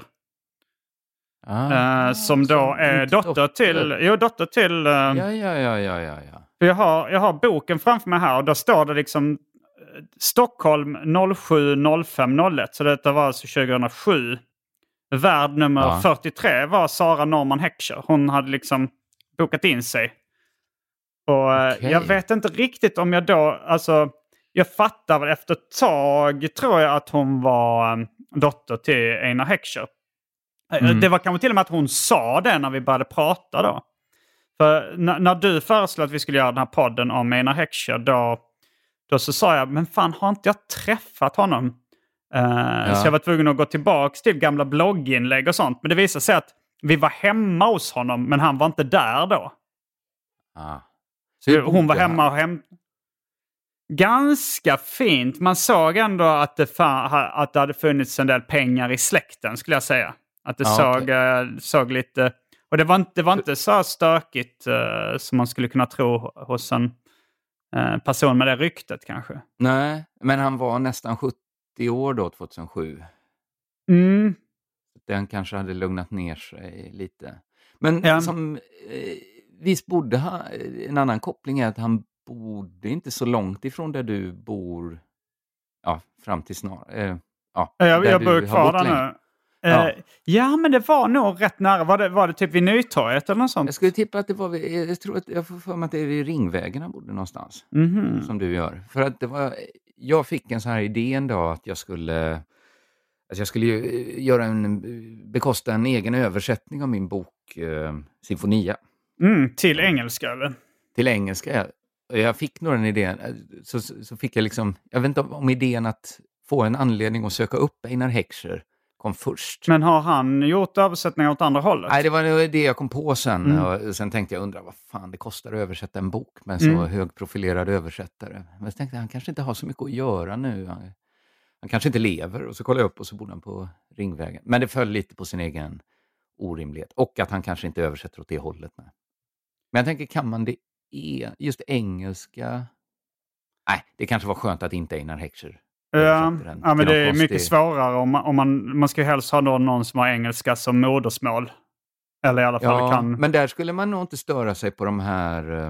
Ah, Eh, som då är inte dotter till, jo, dotter till eh, Ja, ja, ja, ja, ja, ja. för jag har, jag har boken framför mig här och då står det liksom eh, Stockholm noll sju noll fem noll ett. Så detta var alltså tjugohundrasju. Värd nummer Ja. fyrtiotre var Sara Norman Heckscher. Hon hade liksom bokat in sig. Och eh, Okej. jag vet inte riktigt om jag då, alltså jag fattar väl efter ett tag tror jag att hon var eh, dotter till Einar Heckscher. Eh, Mm. Det var kanske till och med att hon sa det när vi började prata då. För n- när du föreslog att vi skulle göra den här podden om Einar Heckscher, då, då så sa jag, men fan har inte jag träffat honom? Eh, Ja. Så jag var tvungen att gå tillbaka till gamla blogginlägg och sånt. Men det visade sig att vi var hemma hos honom, men han var inte där då. Ah. Så hur Hon var bodde hemma han? och hem... Ganska fint. Man såg ändå att det, fa- ha- att det hade funnits en del pengar i släkten, skulle jag säga. Att det Ja, såg, okej. eh, såg lite... Och det var inte, det var inte så stökigt eh, som man skulle kunna tro hos en eh, person med det ryktet kanske. Nej, men han var nästan sjuttio år då, tjugohundrasju. Mm. Den kanske hade lugnat ner sig lite. Men Ja. som, eh, visst bodde han, en annan koppling är att han bodde inte så långt ifrån där du bor, ja, fram till snart. Eh, ja, Jag, där jag du bor har kvar bott där länge. nu. Eh, Ja. ja, men det var nog rätt nära. Var det, var det typ vid Nytorget eller något sånt? Jag skulle tippa att det var, vid- jag tror att jag får för mig att det är vid Ringvägen han bodde någonstans. Mhm. Som du gör. För att det var, jag fick en sån här idé en dag att jag skulle, alltså jag skulle ju eh, göra en, bekosta en egen översättning av min bok eh, Sinfonia Mm, till engelska eller? till engelska. Och jag fick nog den idén, eh, så, så fick jag liksom, jag vet inte om, om idén att få en anledning att söka upp Einar Heckscher kom först. Men har han gjort översättningar åt andra hållet? Nej, det var nog det jag kom på sen. Mm. Och sen tänkte jag, undra vad fan det kostar att översätta en bok med en så Mm. högprofilerad översättare. Men så tänkte jag, han kanske inte har så mycket att göra nu. Han, han kanske inte lever. Och så kollade jag upp och så bodde han på Ringvägen. Men det föll lite på sin egen orimlighet. Och att han kanske inte översätter åt det hållet med. Men jag tänker, kan man det e- just engelska? Nej, det kanske var skönt att inte Einar Heckscher. Ja, ja men det är mycket svårare om man, om man, man ska ju helst ha någon som har engelska som modersmål. Eller i alla fall ja, kan... men där skulle man nog inte störa sig på de här uh,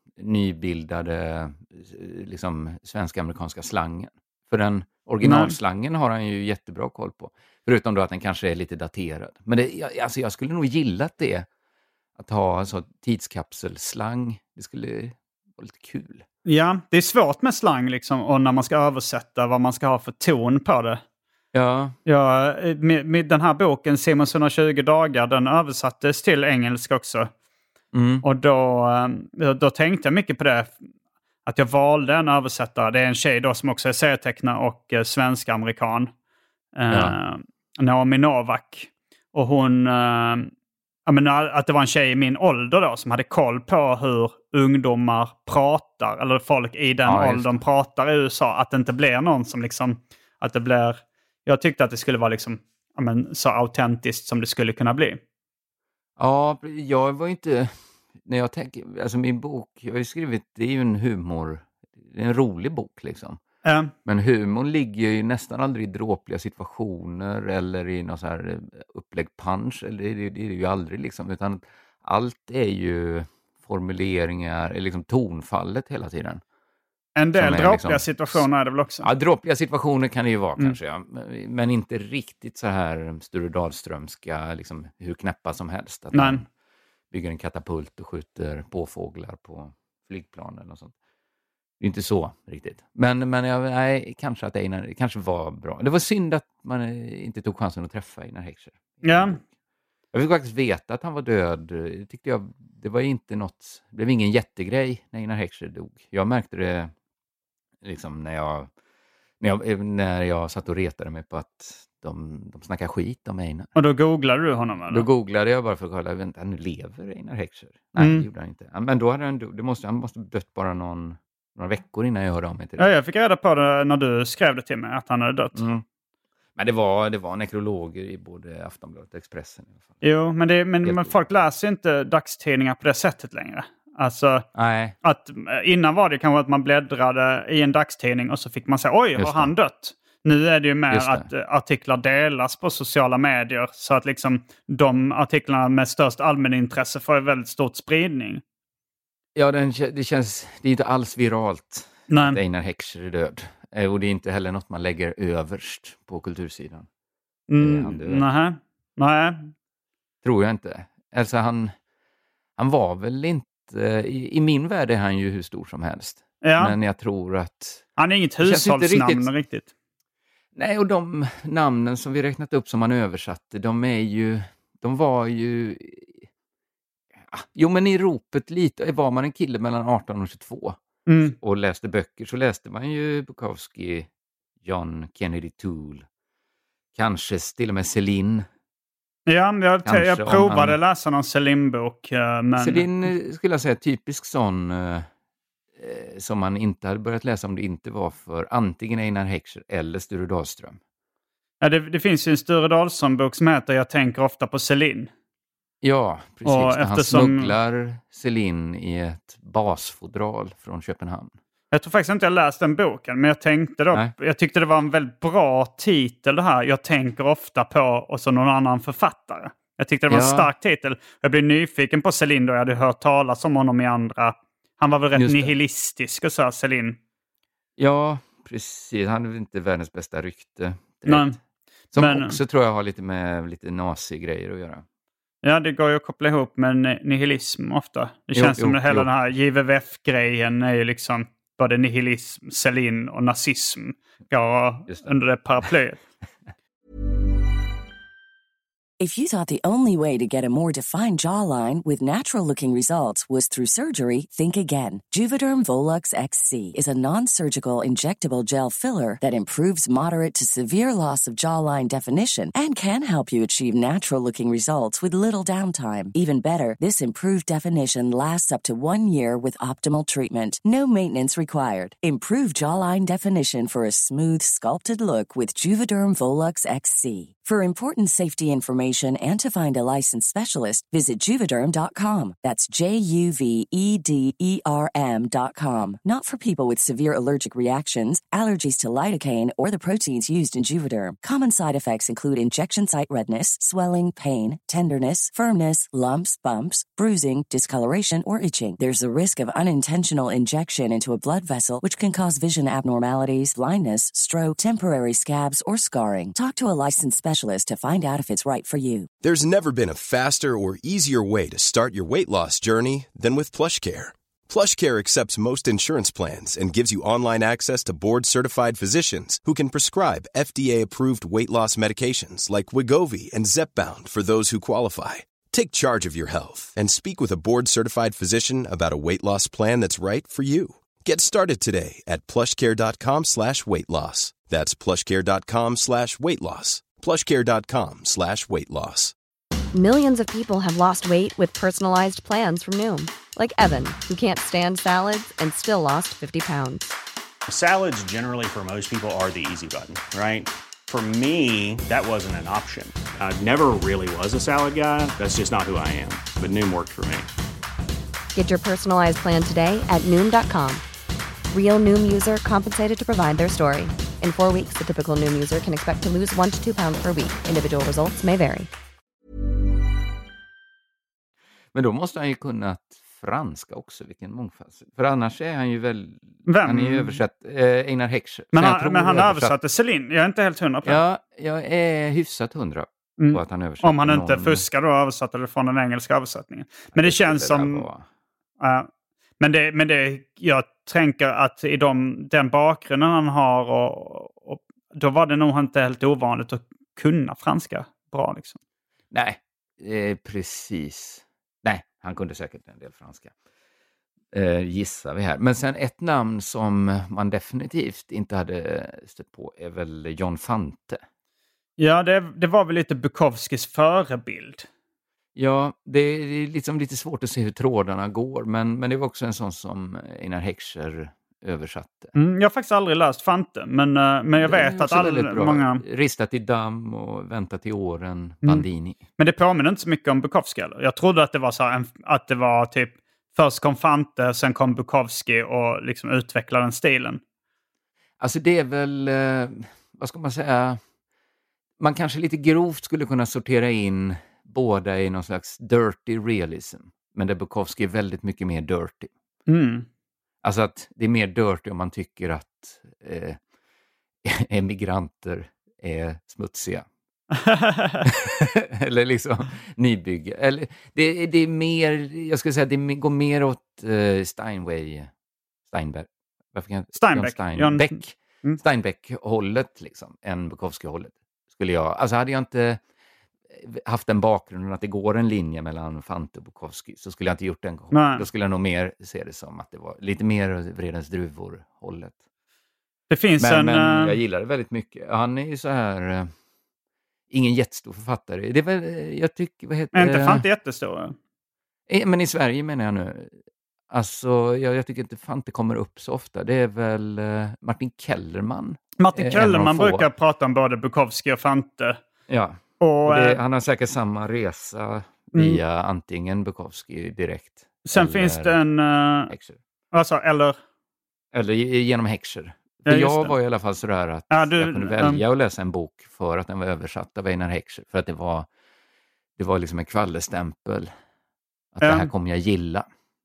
nybildade liksom, svenska-amerikanska slangen. För den originalslangen har han ju jättebra koll på. Förutom då att den kanske är lite daterad. Men det, jag, alltså jag skulle nog gilla det. Att ha en sån tidskapselslang. Det skulle vara lite kul. Ja, det är svårt med slang liksom. Och när man ska översätta vad man ska ha för ton på det. Ja. Ja, med, med den här boken Simons hundratjugo dagar, den översattes till engelska också. Mm. Och då, då tänkte jag mycket på det. Att jag valde en översättare. Det är en tjej då som också är serietecknare och eh, svensk-amerikan. Eh, Ja. Naomi Novak. Och hon... Eh, jag menar, att det var en tjej i min ålder då som hade koll på hur ungdomar pratar. Eller folk i den Ja, åldern pratar i U S A. Att det inte blir någon som liksom... Att det blir... Jag tyckte att det skulle vara liksom, ja, men, så autentiskt som det skulle kunna bli. Ja, jag var inte... När jag tänker... Alltså min bok, jag har ju skrivit, det är ju en humor... Det är en rolig bok liksom. Uh. Men humorn ligger ju nästan aldrig i dråpliga situationer eller i någon så här upplägg punch. Eller det, det, det är det ju aldrig liksom. Utan allt är ju formuleringar, liksom tonfallet hela tiden. En del dråpliga liksom, situationer är det väl också? Ja, dråpliga situationer kan det ju vara mm. kanske. Ja. Men inte riktigt så här Sture Dahlströmska, liksom hur knäppa som helst. Att man bygger en katapult och skjuter på fåglar på flygplan eller något sånt. Det är inte så riktigt. Men, men jag, nej, kanske att Einar, kanske var bra. Det var synd att man inte tog chansen att träffa Einar Heckscher. Ja. Jag fick faktiskt veta att han var död. Det tyckte jag, det var inte något, det blev ingen jättegrej när Einar Heckscher dog. Jag märkte det liksom när jag, när jag, när jag satt och retade mig på att de, de snackar skit om Einar. Och då googlade du honom eller? Då googlade jag bara för att kolla, vänta, nu lever Einar Heckscher. Nej, mm. det gjorde han inte. Men då hade han, det måste, han måste dött bara någon, några veckor innan jag hörde om det. Ja, jag fick reda på det när du skrev det till mig, att han hade dött. Mm. Men det var, det var nekrologer i både Aftonbladet och Expressen i alla fall. Jo, men, det, men, men folk läser inte dagstidningar på det sättet längre. Alltså, nej. Att, innan var det kanske att man bläddrade i en dagstidning och så fick man säga, oj, har han dött? Nu är det ju mer att artiklar delas på sociala medier så att liksom de artiklarna med störst allmänintresse får väldigt stort spridning. Ja, den, det känns, det är inte alls viralt. Nej. Att Einar Heckscher är död. Och det är inte heller något man lägger överst på kultursidan. Mm, nej. nej. Tror jag inte. Alltså han, han var väl inte, i, i min värld är han ju hur stor som helst. Ja. Men jag tror att... Han är inget hushållsnamn riktigt. riktigt. Nej, och de namnen som vi räknat upp som han översatte, de är ju, de var ju... Jo, men i ropet lite, var man en kille mellan arton och tjugotvå mm. och läste böcker, så läste man ju Bukowski, John Kennedy Toole, kanske till och med Céline. Ja, jag, Kanske jag provade han... läsa någon Céline-bok. Men... Céline skulle jag säga typisk sån eh, som man inte hade börjat läsa om det inte var för antingen Einar Heckscher eller Sture Dahlström. Ja, det, det finns ju en Sture Dahlström-bok som heter Jag tänker ofta på Céline. Ja, precis. Och eftersom... Han smugglar Céline i ett basfodral från Köpenhamn. Jag tror faktiskt inte jag läst den boken, men jag tänkte då, Nej. jag tyckte det var en väldigt bra titel det här. Jag tänker ofta på och så någon annan författare. Jag tyckte det var ja. en stark titel. Jag blev nyfiken på Céline då jag hade hört talas om honom i andra. Han var väl rätt nihilistisk och så, Céline. Ja, precis. Han är inte världens bästa rykte. Nej. Som men... också tror jag har lite med lite nazi-grejer att göra. Ja, det går ju att koppla ihop med nihilism ofta. Det jo, känns jo, som att hela jo. den här J V V F-grejen är ju liksom både nihilism, Céline och nazism går under det paraplyet. If you thought the only way to get a more defined jawline with natural-looking results was through surgery, think again. Juvederm Volux X C is a non-surgical injectable gel filler that improves moderate to severe loss of jawline definition and can help you achieve natural-looking results with little downtime. Even better, this improved definition lasts up to one year with optimal treatment. No maintenance required. Improve jawline definition for a smooth, sculpted look with Juvederm Volux X C. For important safety information and to find a licensed specialist, visit Juvederm dot com. That's J U V E D E R M dot com. Not for people with severe allergic reactions, allergies to lidocaine, or the proteins used in Juvederm. Common side effects include injection site redness, swelling, pain, tenderness, firmness, lumps, bumps, bruising, discoloration, or itching. There's a risk of unintentional injection into a blood vessel, which can cause vision abnormalities, blindness, stroke, temporary scabs, or scarring. Talk to a licensed specialist to find out if it's right for you. There's never been a faster or easier way to start your weight loss journey than with PlushCare. PlushCare accepts most insurance plans and gives you online access to board-certified physicians who can prescribe F D A-approved weight loss medications like Wegovy and Zepbound for those who qualify. Take charge of your health and speak with a board-certified physician about a weight loss plan that's right for you. Get started today at plushcare.com slash weight loss. That's plushcare.com slash weight loss. plushcare.com slash weight loss. Millions of people have lost weight with personalized plans from Noom. Like Evan, who can't stand salads and still lost fifty pounds. Salads generally for most people are the easy button, right? For me, that wasn't an option. I never really was a salad guy. That's just not who I am. But Noom worked for me. Get your personalized plan today at Noom dot com. Real Noom user compensated to provide their story. In four weeks, the typical Noom user can expect to lose one to two pounds per week. Individual results may vary. Men då måste han ju kunnat franska också, vilken mångfald. För annars är han ju väl... Vem? Han är ju översatt, eh, Einar Heckscher. Men han, men han översatte Celine. Jag är inte helt hundra på det. Ja, jag är hyfsat hundra mm. på att han översatte. Om han inte någon... fuskar då översatte det från den engelska översättningen. Men det, det känns som... Uh, men, det, men det, jag tänker att i de, den bakgrunden han har och, och, då var det nog inte helt ovanligt att kunna franska bra liksom. Nej, eh, precis. Nej, han kunde säkert en del franska. Eh, gissar vi här. Men sen ett namn som man definitivt inte hade stött på är väl John Fante. Ja, det, det var väl lite Bukowskis förebild. Ja, det är liksom lite svårt att se hur trådarna går. Men, men det var också en sån som Einar Heckscher översatte. Mm, jag har faktiskt aldrig läst Fante, men, men jag vet att alla många... Ristat i damm och väntat i åren, Bandini. Mm. Men det påminner inte så mycket om Bukowski, eller? Jag trodde att det var så här, att det var typ först kom Fante, sen kom Bukowski och liksom utvecklade den stilen. Alltså det är väl, eh, vad ska man säga, man kanske lite grovt skulle kunna sortera in båda i någon slags dirty realism. Men där Bukowski är väldigt mycket mer dirty. Mm. Alltså att det är mer dirty om man tycker att eh, emigranter är smutsiga. Eller liksom nybygge. Eller, det, det är mer, jag skulle säga det går mer åt uh, Steinway, Steinberg. Varför kan Steinbeck. Steinbeck. Mm. Steinbeck-hållet liksom, än Bukowski-hållet. Skulle jag, alltså hade jag inte haft en bakgrund att det går en linje mellan Fante och Bukowski så skulle jag inte gjort den. Nej. Då skulle jag nog mer se det som att det var lite mer Vredens druvor-hållet. Det finns men, en... Men jag gillar det väldigt mycket. Han är ju så här... Uh, ingen jättestor författare. Det är väl, jag tycker... Vad heter, är inte Fante jättestor? Eh, men i Sverige menar jag nu. Alltså, jag, jag tycker inte Fante kommer upp så ofta. Det är väl uh, Martin Kellerman. Martin eh, Kellerman brukar prata om både Bukowski och Fante. Ja. Och, och det, äh, han har säkert samma resa via mm. antingen Bukowski direkt. Sen finns det en... Uh, alltså, eller... Eller genom Heckscher. Ja, jag det. var i alla fall sådär att ja, du, jag kunde välja um, att läsa en bok för att den var översatt av Einar Heckscher. För att det var, det var liksom en kvallestämpel. Att um, det här kommer jag gilla.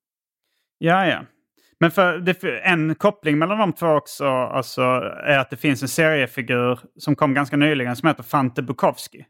Ja, ja. Men för, det, en koppling mellan de två också alltså, är att det finns en seriefigur som kom ganska nyligen som heter Fante Bukowski.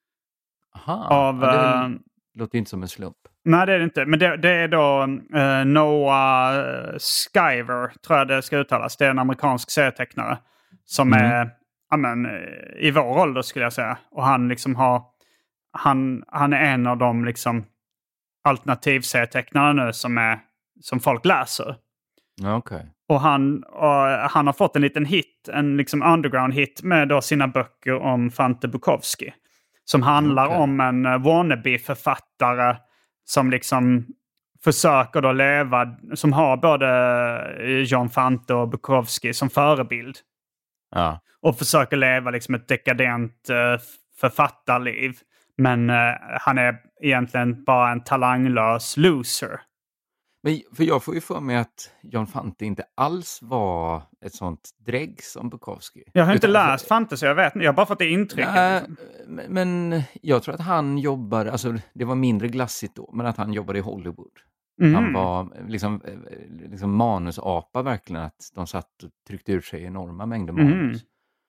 Aha, av, ja, det är, uh, låter inte som en slump. Nej, det är det inte. Men det, det är då uh, Noah Skyver, tror jag det ska uttalas. Det är en amerikansk serietecknare som mm. är ja, men, i vår ålder skulle jag säga. Och han liksom har han, han är en av de liksom alternativserietecknarna nu som, är, som folk läser. Okay. Och han, och han har fått en liten hit, en liksom underground hit med då sina böcker om Fante Bukowski. Som handlar okay. om en wannabe-författare som liksom försöker då leva, som har både John Fante och Bukowski som förebild. Ja. Och försöker leva liksom ett dekadent uh, författarliv. Men uh, han är egentligen bara en talanglös loser. Men för jag får ju för mig att John Fante inte alls var ett sånt drägg som Bukowski. Jag har inte Utan, läst Fante så jag vet inte. Jag har bara fått det intrycket. Ja, liksom. Men jag tror att han jobbar, alltså det var mindre glassigt då, men att han jobbade i Hollywood. Mm. Han var liksom, liksom manusapa verkligen, att de satt och tryckte ur sig enorma mängder manus.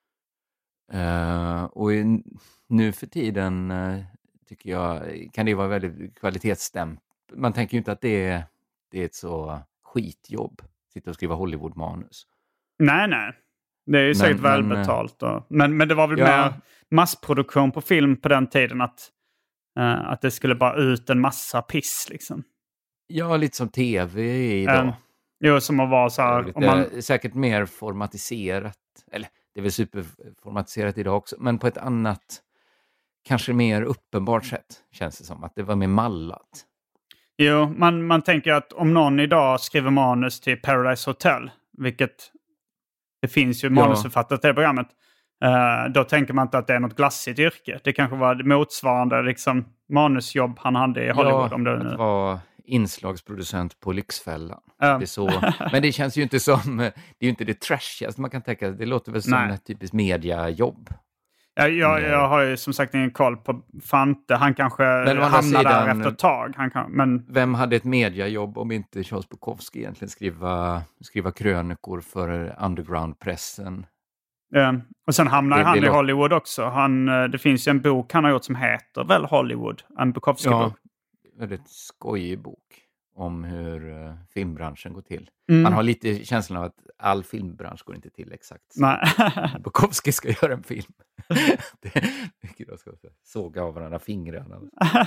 Mm. Uh, och i, nu för tiden uh, tycker jag kan det vara väldigt kvalitetsstämt. Man tänker ju inte att det är, det är ett så skitjobb, sitta och skriva Hollywood-manus. Nej, nej. Det är ju säkert men, välbetalt. Och, men, men det var väl ja. mer massproduktion på film på den tiden, att, uh, att det skulle bara ut en massa piss liksom. Ja, lite som tv idag. Um, jo, som att vara så här... Lite, om man... Säkert mer formatiserat. Eller, det är väl superformatiserat idag också. Men på ett annat, kanske mer uppenbart sätt, känns det som. Att det var mer mallat. Jo, man, man tänker att om någon idag skriver manus till Paradise Hotel, vilket det finns ju manusförfattare till det programmet, uh, då tänker man inte att det är något glassigt yrke. Det kanske var motsvarande liksom, manusjobb han hade i Hollywood. Ja, om det nu... att vara inslagsproducent på Lyxfällan. Uh. Det är så. Men det känns ju inte som, det är ju inte det trashigaste man kan tänka. Det låter väl som Nej. ett typiskt mediajobb. Ja, jag, jag har ju som sagt ingen koll på Fante. Han kanske hamnar sidan, där efter ett tag. Han kan, men... Vem hade ett mediajobb om inte Charles Bukowski egentligen skriva, skriva krönikor för undergroundpressen? Ja. Och sen hamnar det, han det i låter... Hollywood också. Han, det finns ju en bok han har gjort som heter väl Hollywood. En Bukowski-bok. Ja, väldigt skojig bok om hur uh, filmbranschen går till. Mm. Man har lite känslan av att all filmbransch går inte till exakt så. Nej. Bukowski ska göra en film. det, jag ska såga av varandra fingrarna.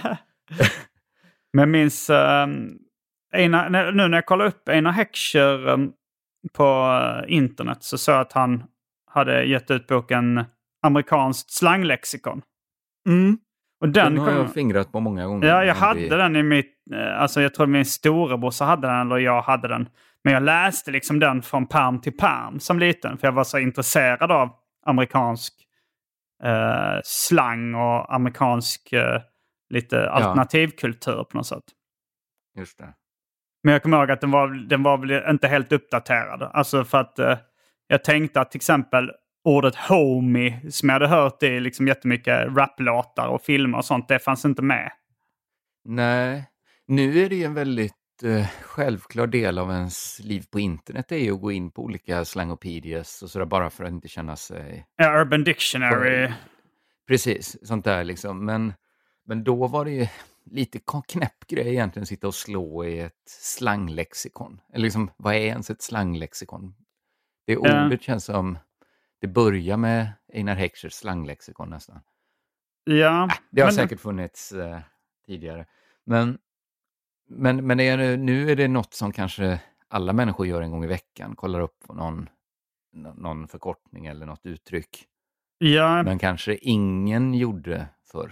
Men jag minns um, Einar, nu när jag kollar upp Einar Heckscher um, på uh, internet, så såg jag att han hade gett ut boken Amerikanskt slanglexikon. Mm. Och den, den har jag fingrat på många gånger. Ja, jag hade den i mitt... Alltså jag tror min storebrorsa hade den, eller jag hade den. Men jag läste liksom den från pärm till pärm som liten. För jag var så intresserad av amerikansk eh, slang och amerikansk eh, lite alternativkultur på något sätt. Just det. Men jag kommer ihåg att den var, den var väl inte helt uppdaterad. Alltså för att eh, jag tänkte att till exempel ordet homie som jag hade hört i liksom jättemycket raplåtar och filmer och sånt, det fanns inte med. Nej, nu är det ju en väldigt eh, självklar del av ens liv på internet. Det är ju att gå in på olika slangopedias och sådär, bara för att inte känna sig... Ja, Urban Dictionary. För... Precis, sånt där liksom. Men, men då var det ju lite knäpp grej egentligen att sitta och slå i ett slanglexikon. Eller liksom, vad är ens ett slanglexikon? Det ordet uh. känns som... Det börjar med Einar Heckschers slanglexikon nästan. Ja. Äh, det har men... säkert funnits eh, tidigare. Men, men, men är, nu är det något som kanske alla människor gör en gång i veckan. Kollar upp på någon, någon förkortning eller något uttryck. Ja. Men kanske ingen gjorde förr.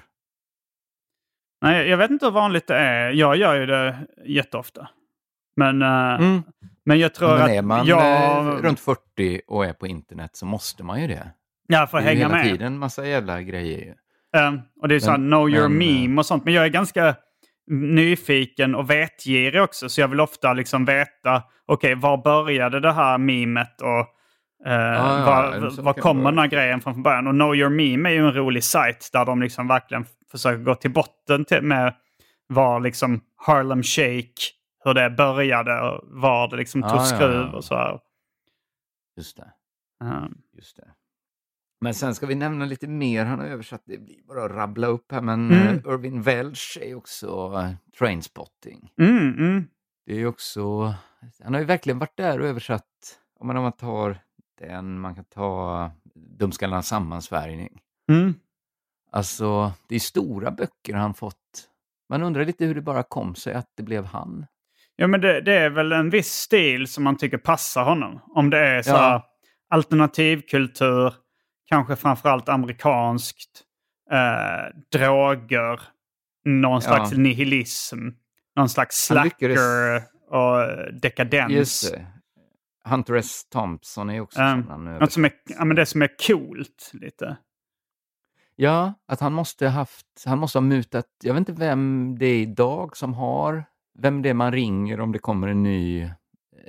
Nej, jag vet inte hur vanligt det är. Jag gör ju det jätteofta. Men, mm. men jag tror men att... är man jag... runt fyrtio och är på internet så måste man ju det. Ja, för att hänga med. Det är hela tiden massa jävla grejer. Um, och det är så här, know your men, meme och sånt. Men jag är ganska nyfiken och vetgirig också. Så jag vill ofta liksom veta, okej, okay, var började det här memet och uh, ah, var, var kommer den här grejen från början? Och Know Your Meme är ju en rolig sajt där de liksom verkligen försöker gå till botten till, med var liksom Harlem Shake, hur det började och var det liksom tog ah, skruv ja, ja. och så här. Just det. Um. Just det. Men sen ska vi nämna lite mer. Han har översatt, det blir bara att rabbla upp här. Men mm. Irving Welsh är också uh, Trainspotting. Mm, mm. Det är ju också... Han har ju verkligen varit där och översatt. Om man, om man tar den, man kan ta Dumskallarnas sammansvärjning. Mm. Alltså, det är stora böcker han fått. Man undrar lite hur det bara kom sig att det blev han. Ja, men det, det är väl en viss stil som man tycker passar honom. Om det är så ja. här, alternativkultur, kanske framförallt amerikanskt, eh, droger, någon slags ja. nihilism, någon slags slacker lyckades... och dekadens. Just det. Hunter S. Thompson är också um, sån. Något som är, ja, men det som är coolt lite. Ja, att han måste haft, han måste ha mutat, jag vet inte vem det är idag som har, vem det är man ringer om det kommer en ny, eh,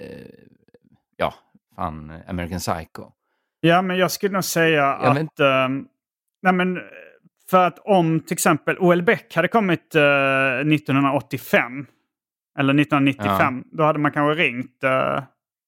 ja, fan, American Psycho. Ja, men jag skulle nog säga Jag att, vet- eh, nej men, för att om till exempel O L Beck hade kommit eh, nittonhundraåttiofem, eller nittonhundranittiofem, då hade man kanske ringt eh,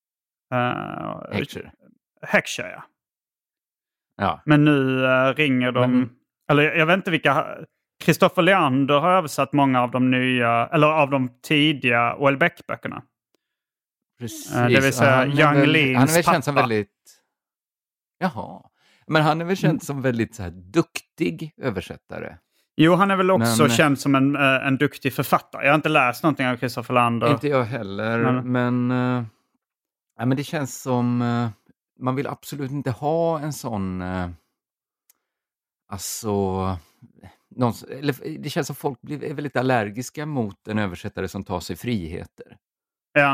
eh, Heckscher. Heckscher, ja. Ja, Men nu eh, ringer de... Men- Eller jag vet inte vilka... Christopher Leander har översatt många av de nya... Eller av de tidiga O L Beck-böckerna. precis. Eh, det vill säga Han är Young väl- Leans Han är väl känd som pappa. väldigt... Jaha. Men han är väl känd som väldigt så här, duktig översättare. Jo, han är väl också Men- känd som en, eh, en duktig författare. Jag har inte läst någonting av Christopher Leander. Inte jag heller, Men- men, eh, ja, men det känns som... eh, man vill absolut inte ha en sån... eh, alltså... Någon, eller, det känns som folk blir, är väldigt allergiska mot en översättare som tar sig friheter. Ja.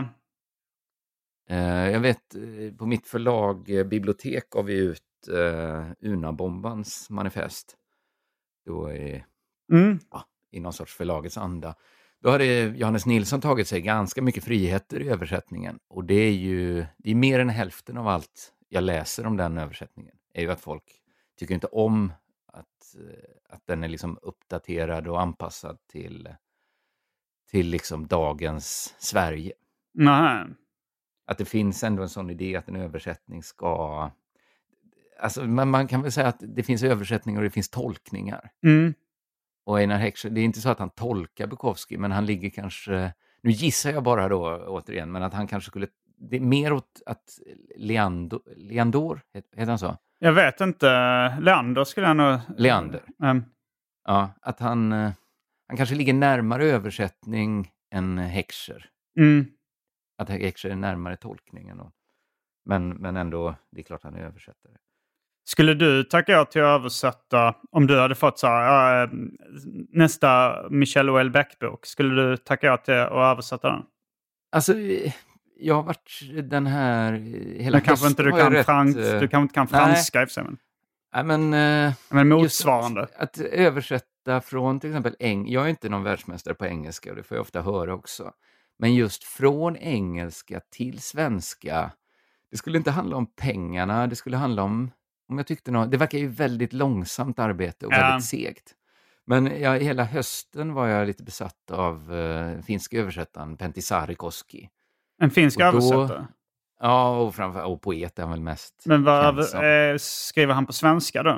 Eh, jag vet, eh, på mitt förlag eh, bibliotek gav vi ut eh, Unabombans manifest. Då är, Mm. ja, i någon sorts förlagets anda. Då hade Johannes Nilsson tagit sig ganska mycket friheter i översättningen. Och det är ju det är mer än hälften av allt jag läser om den översättningen. Är ju att folk tycker inte om att, eh, att den är liksom uppdaterad och anpassad till, till liksom dagens Sverige. Nej. Att det finns ändå en sån idé att en översättning ska... Alltså man, man kan väl säga att det finns översättningar och det finns tolkningar. Mm. Och Einar Heckscher, det är inte så att han tolkar Bukowski, men han ligger kanske... Nu gissar jag bara då återigen, men att han kanske skulle... Det är mer åt att Leandor, Leandor heter han så? Jag vet inte. Leander skulle jag nog... Leander. Um, Ja, att han, eh, han kanske ligger närmare översättning än Heckscher. mm. Att Heckscher är närmare tolkningen. Och, men, men ändå, det är klart han är översättare. Skulle du tacka ja till att översätta, om du hade fått så här, äh, nästa Michel O L Beck-bok, skulle du tacka ja till att översätta den? Alltså, jag har varit den här... Hela Men kanske inte du hösten har kan, jag frans, rätt, eh, du kanske inte kan nej. franska i och för sig, men, Nej, men... eh, men just motsvarande. Att, att översätta från till exempel... Eng, jag är inte någon världsmästare på engelska och det får jag ofta höra också. Men just från engelska till svenska, det skulle inte handla om pengarna, det skulle handla om... om jag tyckte något, det verkar ju väldigt långsamt arbete och Ja. väldigt segt. Men jag, hela hösten var jag lite besatt av uh, finska översättaren Pentti Saarikoski. En finsk Och då- översättare. Ja, och, framför, och poet är han väl mest Men vad känd som. eh, skriver han på svenska då?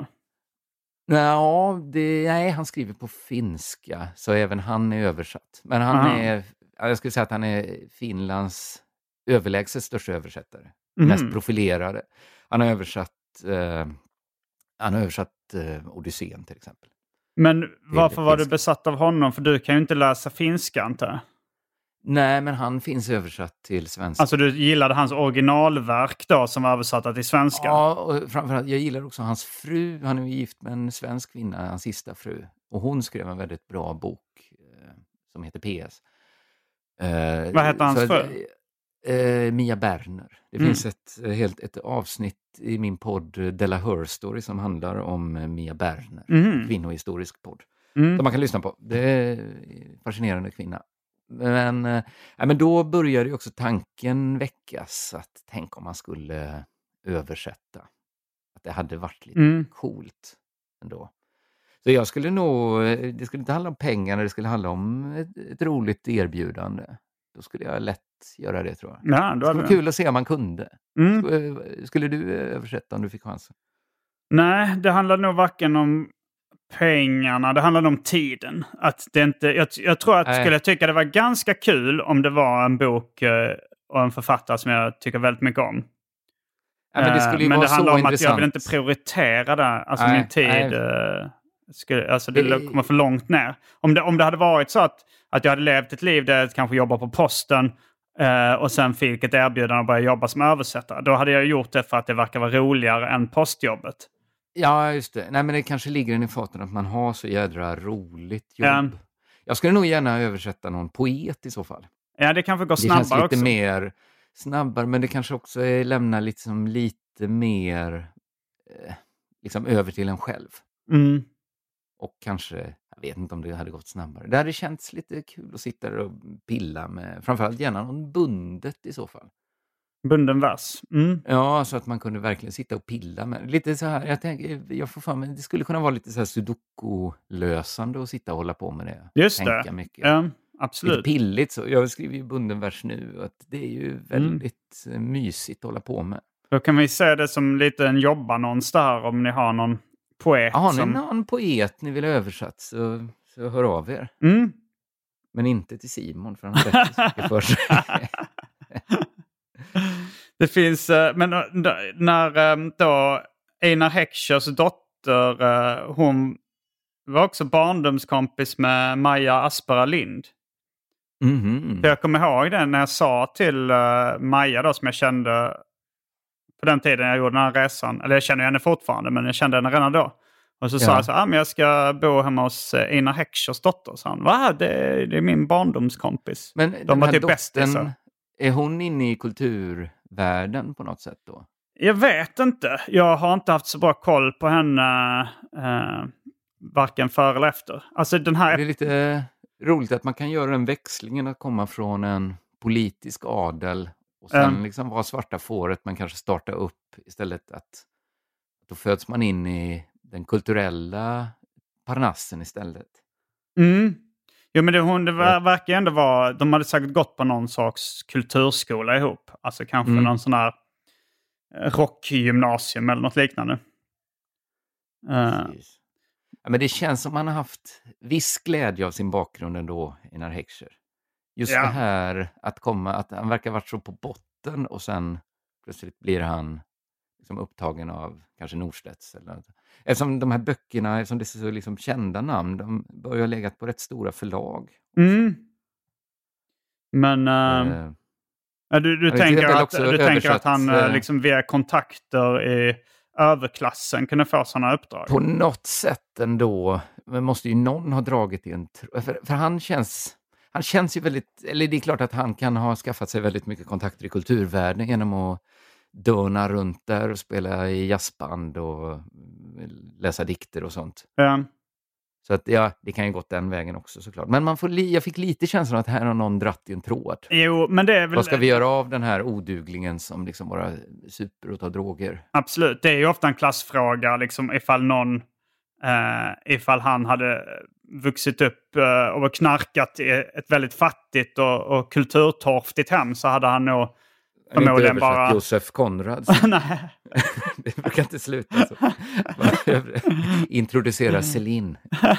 Ja, det, nej, han skriver på finska, så även han är översatt. Men han Aha. är, ja, jag skulle säga att han är Finlands överlägset största översättare. Mhm. Mest profilerade. Han har översatt, eh, han har översatt eh, Odysseen till exempel. Men varför var du finska. besatt av honom? För du kan ju inte läsa finska, inte jag. Nej, men han finns översatt till svenska. Alltså du gillade hans originalverk då som var översatta till svenska? Ja, och framförallt, jag gillar också hans fru. Han är ju gift med en svensk kvinna, hans sista fru. Och hon skrev en väldigt bra bok eh, som heter P S. Eh, Vad heter hans så att, fru? Eh, Mia Berner. Det Mm. finns ett, eh, helt, ett avsnitt i min podd eh, Della Her Story som handlar om eh, Mia Berner. Mhm. Kvinnohistorisk podd. Mm. Som man kan lyssna på. Det är en fascinerande kvinna. Men, eh, ja, men då började ju också tanken väckas att tänk om man skulle översätta. Att det hade varit lite Mm. coolt ändå. Så jag skulle nog, det skulle inte handla om pengar, det skulle handla om ett, ett roligt erbjudande. Då skulle jag lätt göra det, tror jag. Ja, Det då skulle hade vara du. kul att se om man kunde. Mm. Skulle, skulle du översätta om du fick chansen? Nej, det handlar nog varken om pengarna, det handlar om tiden. Att det inte, jag, jag tror att Nej. skulle jag tycka det var ganska kul om det var en bok eh, och en författare som jag tycker väldigt mycket om. Ja, men det skulle ju Eh, men vara det handlar så om att intressant. jag vill inte prioritera det. Alltså Nej, min tid nej. eh, skulle, alltså det Det- kommer för långt ner. Om det, om det hade varit så att, att jag hade levt ett liv där jag kanske jobbar på posten eh, och sen fick ett erbjudande att börja jobba som översättare. Då hade jag gjort det för att det verkar vara roligare än postjobbet. Ja, just det. Nej, men det kanske ligger in i faten att man har så jädra roligt jobb. Ja. Jag skulle nog gärna översätta någon poet i så fall. Ja, det kanske går Det känns snabbare lite också. mer snabbare, men det kanske också är, lämnar liksom lite mer eh, liksom över till en själv. Mm. Och kanske, jag vet inte om det hade gått snabbare. Det hade känts lite kul att sitta där och pilla med, framförallt gärna någon bundet i så fall. Bunden vers. Mm. Ja, så att man kunde verkligen sitta och pilla med. Lite så här, jag tänker, jag får för mig, det skulle kunna vara lite så här sudoku-lösande att sitta och hålla på med det. Just Tänka det. mycket. Ja, absolut. Lite pilligt så. Jag skriver ju bunden vers nu, att det är ju väldigt mm. mysigt att hålla på med. Då kan vi se det som lite en jobbannons där om ni har någon poet. Ja, har ni som... någon poet ni vill ha översatt så, så hör av er. Mm. Men inte till Simon, för han har bättre saker för sig. Det finns, men när då Einar Heckschers dotter, hon var också barndomskompis med Maja Aspera Lind. Mm-hmm. För jag kommer ihåg det när jag sa till Maja då, som jag kände på den tiden jag gjorde den här resan. Eller jag känner henne fortfarande, men jag kände henne redan då. Och så ja. sa jag så här, ah, men jag ska bo hemma hos Einar Heckschers dotter. Så han, va? Det, det är min barndomskompis. Men de var typ bästisar. Är hon inne i kulturvärlden på något sätt då? Jag vet inte. Jag har inte haft så bra koll på henne eh, varken före eller efter. Alltså den här... Det är lite roligt att man kan göra den växlingen att komma från en politisk adel och sen mm. liksom vara svarta fåret, men kanske starta upp istället att då föds man in i den kulturella parnassen istället. Mm. Jo, men det, hon, det var, verkar ändå vara, de hade säkert gått på någon sorts kulturskola ihop. Alltså kanske mm. någon sån här rockgymnasium eller något liknande. Uh. Ja, men det känns som man har haft viss glädje av sin bakgrund ändå, Einar Heckscher. Just ja. det här att komma, att han verkar ha varit så på botten och sen plötsligt blir han liksom upptagen av kanske Norstedts eller något. Eftersom de här böckerna, eftersom det är så liksom kända namn, de bör ju ha legat på rätt stora förlag. Mm. Men uh, äh, du, du, tänker att, du tänker att han äh, liksom via kontakter i överklassen kunde få sådana uppdrag? På något sätt ändå. Men måste ju någon ha dragit i en... För, för han känns... Han känns ju väldigt... Eller det är klart att han kan ha skaffat sig väldigt mycket kontakter i kulturvärlden genom att döna runt där och spela i jazzband och läsa dikter och sånt. Ja. Så att ja, det kan ju gått den vägen också såklart. Men man får li- jag fick lite känslan att här har någon dratt i en tråd. Jo, men det är väl... Vad ska vi göra av den här oduglingen som liksom bara super och tar droger? Absolut, det är ju ofta en klassfråga liksom ifall någon eh, ifall han hade vuxit upp eh, och knarkat i ett väldigt fattigt och, och kulturtorftigt hem, så hade han nog förmodligen inte bara... Josef Konrad. Nej. Det brukar inte sluta så. Introducera Celine.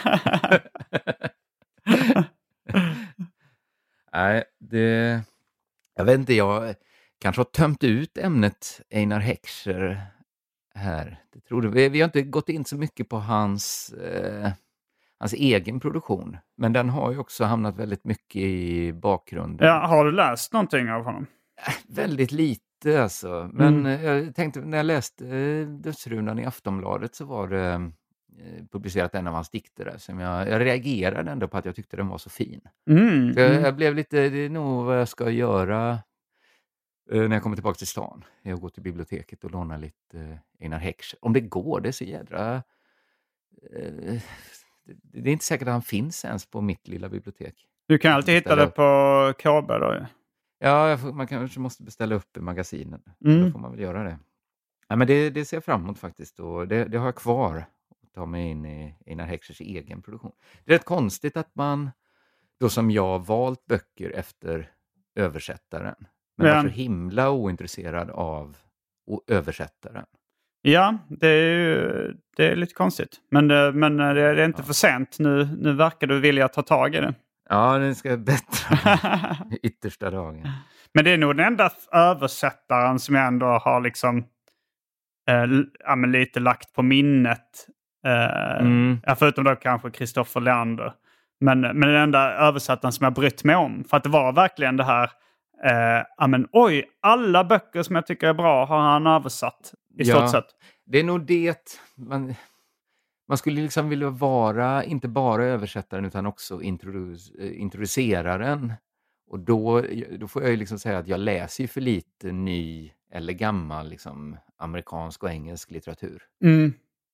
Nej, det... Jag vet inte, jag kanske har tömt ut ämnet Einar Heckscher här. Det tror du. Vi, vi har inte gått in så mycket på hans, eh, hans egen produktion. Men den har ju också hamnat väldigt mycket i bakgrunden. Ja, har du läst någonting av honom? Väldigt lite alltså. Men Mm. jag tänkte, när jag läste eh, Dödsrunan i Aftonbladet så var det eh, publicerat en av hans dikter där, som jag, jag reagerade ändå på att jag tyckte den var så fin. Mm. Så jag, jag blev lite, det är nog vad jag ska göra eh, när jag kommer tillbaka till stan. Jag går till biblioteket och lånar lite eh, Einar Heckscher. Om det går, det är så jädra... Eh, det, det är inte säkert att han finns ens på mitt lilla bibliotek. Du kan alltid hitta det på K B då. Ja, jag får, man kanske måste beställa upp i magasinen. Mm. Då får man väl göra det. Ja, men det, det ser jag fram emot faktiskt. Och det, det har jag kvar. Att ta mig in i Einar Heckschers egen produktion. Det är rätt konstigt att man då som jag valt böcker efter översättaren. Men Ja. var så himla ointresserad av o- översättaren. Ja, det är, ju, det är lite konstigt. Men, det, men det är inte Ja. för sent. Nu, nu verkar du vilja ta tag i det. Ja, den ska bättre yttersta dagen. Men det är nog den enda översättaren som jag ändå har liksom eh, ja, men lite lagt på minnet. Eh, Mm. ja, förutom då kanske Kristoffer Leander. Men, men den enda översättaren som jag brytt mig om. För att det var verkligen det här. Eh, ja, men, oj, alla böcker som jag tycker är bra har han översatt. I Ja. stort sett. Det är nog det man, man skulle liksom vilja vara inte bara översättaren utan också introdu- eh, introduceraren. Och då, då får jag ju liksom säga att jag läser ju för lite ny eller gammal liksom, amerikansk och engelsk litteratur. Mm.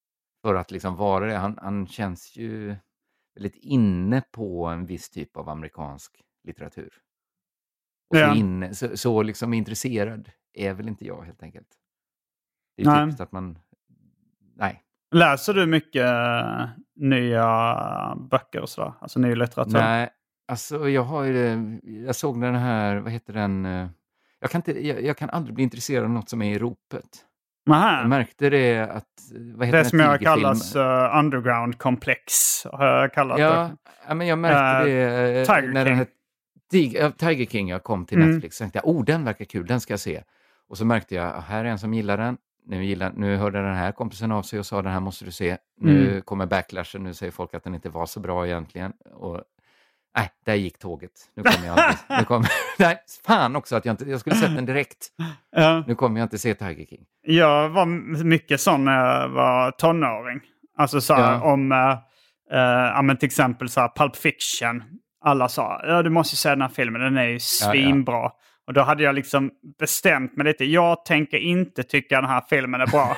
för att liksom vara det. Han, han känns ju väldigt inne på en viss typ av amerikansk litteratur. Och Ja. så, inne, så, så liksom intresserad är väl inte jag helt enkelt. Det är Nej. typiskt att man... Nej. Läser du mycket uh, nya böcker och sådär? Alltså ny litteratur? Nej, alltså jag har ju det, jag såg den här, vad heter den? uh, Jag kan, inte, jag, jag kan aldrig bli intresserad av något som är i ropet. Aha. Jag märkte det att... Vad heter Det den som jag tigerfilm? kallas uh, underground-komplex. Har jag kallat Ja, det. ja, men jag märkte Uh, det uh, Tiger när King. den här Tig- ja, Tiger King jag kom till Mm. Netflix. Så tänkte jag, oh den verkar kul, den ska jag se. Och så märkte jag, här är en som gillar den. Nu, gillar, nu hörde den här kompisen av sig och sa, den här måste du se. Nu Mm. kommer backlashen, nu säger folk att den inte var så bra egentligen. Och nej, där gick tåget. Nu kommer jag aldrig... nu kommer, nej, fan också att jag inte... Jag skulle sett den direkt. Ja. Nu kommer jag inte se Tiger King. Jag var mycket sån när jag var tonåring. Alltså så här, Ja. om uh, uh, ja, men till exempel så här, Pulp Fiction. Alla sa, ja du måste se den här filmen, den är ju svinbra. Ja, ja. Och då hade jag liksom bestämt mig lite. Jag tänker inte tycka den här filmen är bra.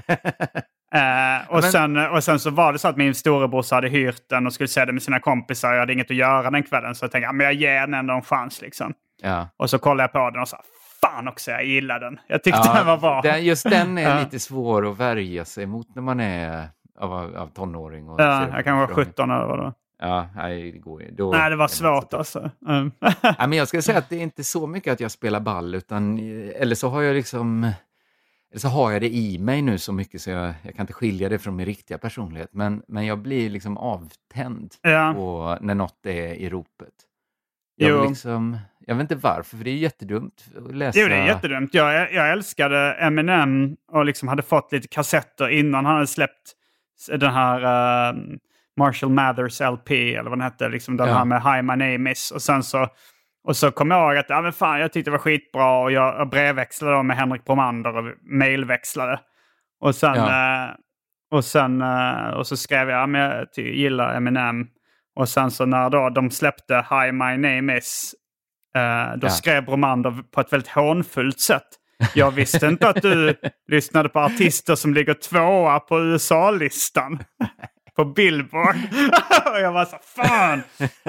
uh, och, men... sen, och sen så var det så att min storebror hade hyrt den och skulle se den med sina kompisar. Jag hade inget att göra den kvällen. Så jag tänkte, ja, men jag ger den ändå en chans liksom. Ja. Och så kollade jag på den och sa, fan också, jag gillar den. Jag tyckte Ja, den var bra. Den, just den är Ja. lite svår att värja sig mot när man är av, av tonåring. Och Ja, ser jag kan vara från- sjutton över då. Ja, nej, det går ju. Då Nej, det var är man svårt inte- alltså. Mm. Ja, men jag ska säga att det är inte så mycket att jag spelar ball, utan eller så har jag liksom eller så har jag det i mig nu så mycket så jag, jag kan inte skilja det från min riktiga personlighet, men, men jag blir liksom avtänd Ja. på när något är i ropet. Jag, Jo. vill liksom, jag vet inte varför, för det är jättedumt att läsa. Jo, det är jättedumt. Jag, jag älskade Eminem och liksom hade fått lite kassetter innan han hade släppt den här uh, Marshall Mathers L P, eller vad den hette, liksom den Ja. här med Hi My Name Is. Och sen så, och så kom jag ihåg att ja, men fan, jag tyckte det var skitbra och jag, jag brevväxlade med Henrik Bromander och mailväxlade. Och sen, Ja. uh, och sen uh, och så skrev jag, ja, men jag ty- gillar Eminem. Och sen så när då de släppte Hi My Name Is, uh, då Ja. skrev Bromander på ett väldigt hånfullt sätt. Jag visste inte att du lyssnade på artister som ligger tvåa på U S A-listan. På Billboard. Och jag var så, fan!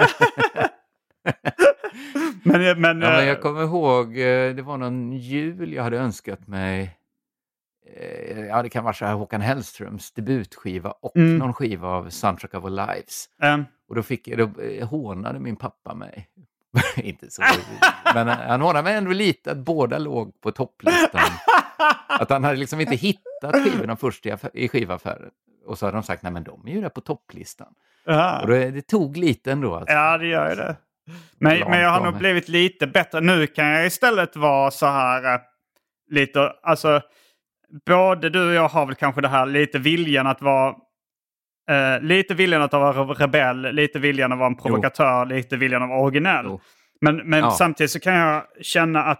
men, men, Ja, men jag kommer ihåg, eh, det var någon jul jag hade önskat mig, eh, ja det kan vara så här Håkan Hellströms debutskiva och Mm. någon skiva av Soundtrack of Our Lives. ähm, Och då, fick, jag- då eh, hånade min pappa mig. Inte så, men han hånade mig ändå lite att båda låg på topplistan. Att han hade liksom inte hittat skivorna först i, aff- i skivaffären. Och så hade de sagt, nej men de är ju där på topplistan. ja. Och då, det tog lite ändå. Alltså. Ja, det gör ju det. Men, Bra men jag har av nog mig. blivit lite bättre. Nu kan jag istället vara så här eh, lite, alltså både du och jag har väl kanske det här lite viljan att vara eh, lite viljan att vara rebell, lite viljan att vara en provokatör, lite viljan att vara originell. Jo. Men, men Ja. samtidigt så kan jag känna att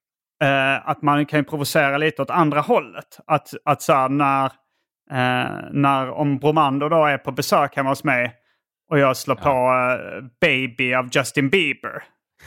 eh, att man kan ju provocera lite åt andra hållet. Att, att så här, när, eh, när om Bromander då är på besök hemma hos mig och jag slår Ja. på eh, Baby av Justin Bieber.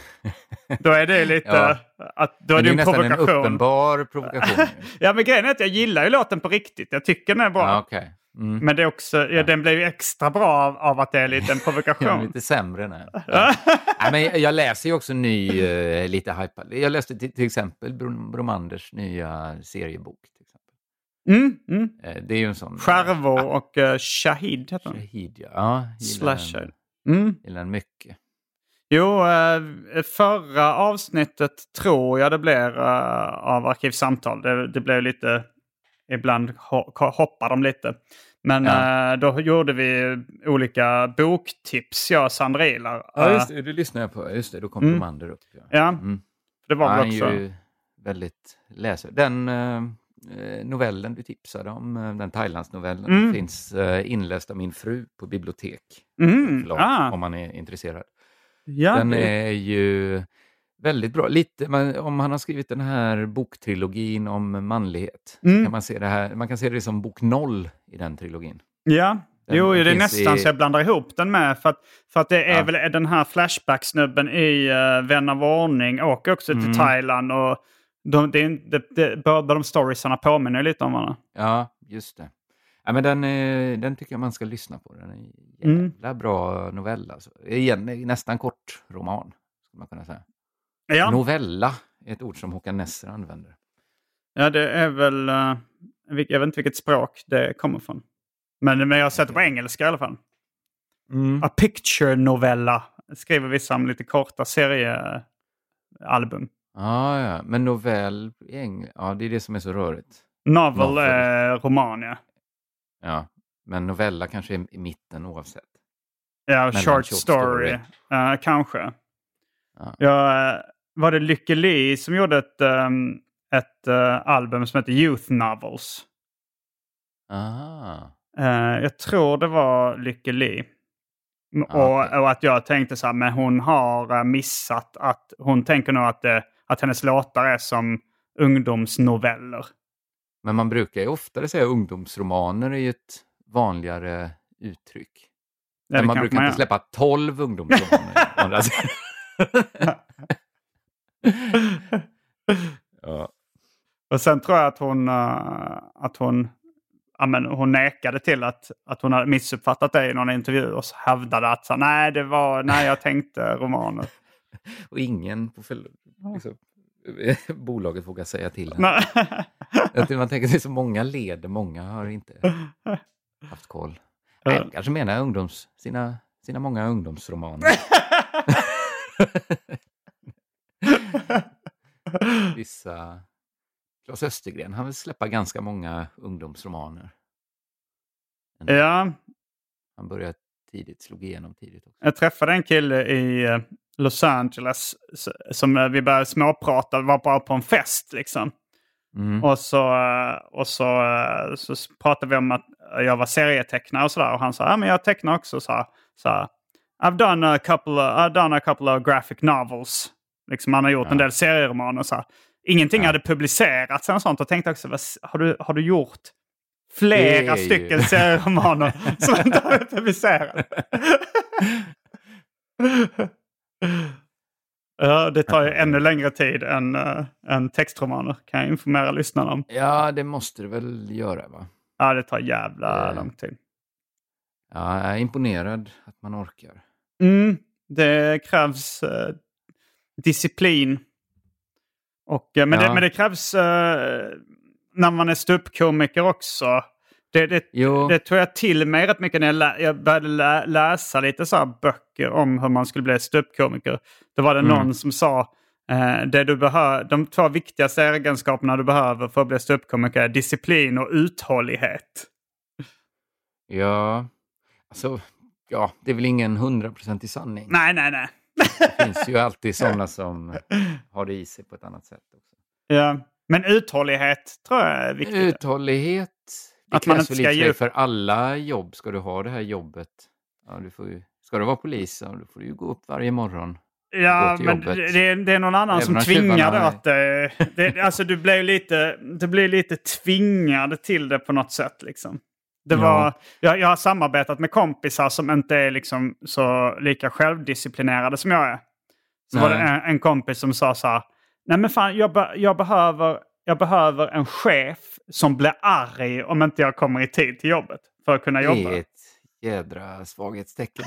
Då är det lite... Ja. Att, då är Men det det är en nästan en provokation. uppenbar provokation. ju. Ja, men grejen är att jag gillar ju låten på riktigt. Jag tycker den är bra. Ja, okej. Mm. Men det är också, ja, den blir ju extra bra av, av att det är lite en Jag är provokation. lite sämre nu. Ja. Nej, men jag, jag läser ju också ny, eh, lite hypad. Jag läste till, till exempel Brom- Bromanders nya seriebok. Till exempel. Mm, mm. Eh, det är ju en sån... Skärvor och uh, Shahid heter den. Shahid, ja. Ja, gillar Slasher. den, Mm. gillar den mycket. Jo, eh, förra avsnittet tror jag det blir eh, av Arkivsamtal. Det, det blev lite... Ibland ho- hoppar de lite. Men Ja. eh, då gjorde vi olika boktips, jag och Sandra Ilar. Ja, just Eh, det. Det lyssnar jag på. Just det, då kom Mm. Bromander upp. Ja. ja, Mm. det var väl Han också... är ju väldigt läsare. Den eh, novellen du tipsade om, eh, den Thailandsnovellen, Mm. finns eh, inläst av min fru på bibliotek. Mm, Förlag, ah. om man är intresserad. Ja, Den det- är ju väldigt bra. Lite, man, om han har skrivit den här boktrilogin om manlighet, Mm. så kan man se det här. Man kan se det som bok noll i den trilogin. Ja, Den- jo, den det är finns nästan i- så jag blandar ihop den med. För att, för att det är Ja. väl den här Flashback-snubben i uh, Vän av ordning åker också Mm. till Thailand. Och de, det, är- det, det, båda de storiesarna påminner lite om varandra. Ja, just det. Ja, men den, är, den tycker jag man ska lyssna på. Den är en jävla mm. bra novella. Alltså. Igen, nästan kort roman, skulle man kunna säga. Ja. Novella är ett ord som Håkan Nesser använder. Ja, det är väl... Uh, jag vet inte vilket språk det kommer från. Men, men jag har sett det på engelska i alla fall. Mm. A picture novella skriver vissa om lite korta seriealbum. Ah, ja, men novell i eng- ja, det är det som är så rörigt. Novel, Novel. är roman, ja. Ja, men novella kanske är i mitten oavsett. Ja, short, short story, story. Uh, kanske. Ja. Ja, var det Lykke Li som gjorde ett, um, ett uh, album som heter Youth Novels? Aha. Uh, jag tror det var Lykke Li. Och, okay. och att jag tänkte så här, men hon har missat att hon tänker nog att, det, att hennes låtar är som ungdomsnoveller. Men man brukar ju oftare säga ungdomsromaner är ju ett vanligare uttryck. Ja, men man brukar man inte släppa tolv ungdomsromaner. Ja. Och sen tror jag att hon, uh, att hon, ja, men hon nekade till att, att hon hade missuppfattat det i någon intervju och hävdade att så, nej, det var när jag tänkte romaner. Och ingen på för, liksom, bolaget vågar säga till henne. Man tänker att det är så många led, många har inte haft koll. Nej, de kanske menar ungdoms, sina, sina många ungdomsromaner. Vissa... Claes Östergren, han vill släppa ganska många ungdomsromaner. En, ja. Han började tidigt, slog igenom tidigt också. Jag träffade en kille i Los Angeles som vi började småprata, var bara på en fest liksom. Mm. Och, så, och så, så pratade vi om att jag var serietecknare och sådär. Och han sa, ja men jag tecknar också så här, så här, I've done a couple of, I've done a couple of graphic novels. Liksom han har gjort ja. en del serieromaner och så här. Ingenting ja. hade publicerats och sånt. Och tänkte också, har du, har du gjort flera stycken serieromaner som inte har publicerats? Ja, det tar ju ännu längre tid än, uh, än textromaner, kan jag informera lyssnarna om. Ja, det måste du väl göra, va? Ja, det tar jävla uh, lång tid. Ja, jag är imponerad att man orkar. Mm, det krävs uh, disciplin. Och, men, ja. det, men det krävs uh, när man är ståuppkomiker också. Det, det, det tog jag till mig rätt mycket när jag, lä- jag började lä- läsa lite så här böcker om hur man skulle bli ståuppkomiker. Det var det mm. någon som sa uh, det du behöver, de två viktigaste egenskaperna du behöver för att bli ståuppkomiker är disciplin och uthållighet. Ja, alltså, ja, det är väl ingen hundraprocentig sanning. Nej, nej, nej. Det finns ju alltid sådana som har det i sig på ett annat sätt också. Ja, men uthållighet tror jag är viktigt. Uthållighet, det att man inte ska ge upp. För alla jobb ska du ha det här jobbet. Ja, du får ju, ska du vara polis, ja, då får du ju gå upp varje morgon. Ja, men det, det är någon annan Även som tvingar dig att... Det, det, alltså du blir lite, du blir lite tvingad till det på något sätt liksom. Det var, ja. jag, jag har samarbetat med kompisar som inte är liksom så lika självdisciplinerade som jag är. Så nej. var det en, en kompis som sa så här, nej men fan, jag, be, jag, behöver, jag behöver en chef som blir arg om inte jag kommer i tid till jobbet för att kunna jobba. Det är ett jädra svaghetstecken.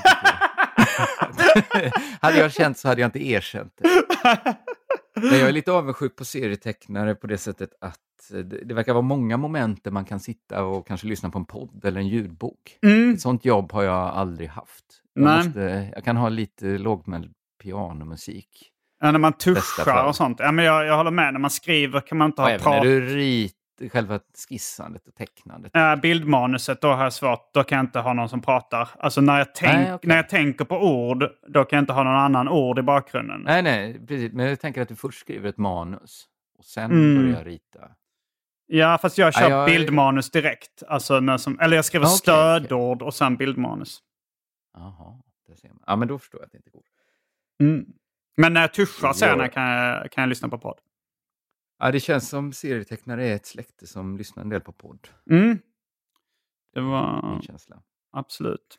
Hade jag känt så hade jag inte erkänt det. Men jag är lite avundsjuk på serietecknare på det sättet att det, det verkar vara många moment där man kan sitta och kanske lyssna på en podd eller en ljudbok. Mm. Ett sånt jobb har jag aldrig haft. Jag, måste, jag kan ha lite lågmäld pianomusik. Ja, när man tuschar och sånt. Ja, men jag, jag håller med. När man skriver kan man inte ha prat. När du rit, själva skissandet och tecknandet. Ja, bildmanuset, då har jag svårt. Då kan jag inte ha någon som pratar. Alltså när jag, tänk, nej, okay. när jag tänker på ord, då kan jag inte ha någon annan ord i bakgrunden. Nej, nej, precis. Men jag tänker att du först skriver ett manus och sen mm. börjar rita. Ja, fast jag kör ja, jag... bildmanus direkt. Alltså när som, eller jag skriver okay, stödord okay. och sen bildmanus. Jaha, det ser man. Ja, men då förstår jag att det inte går. Mm. Men när jag tuschar senare kan jag, kan jag lyssna på podd. Ja, det känns som serietecknare är ett släkte som lyssnar en del på podd. Mm. Det var... Min känsla. Absolut.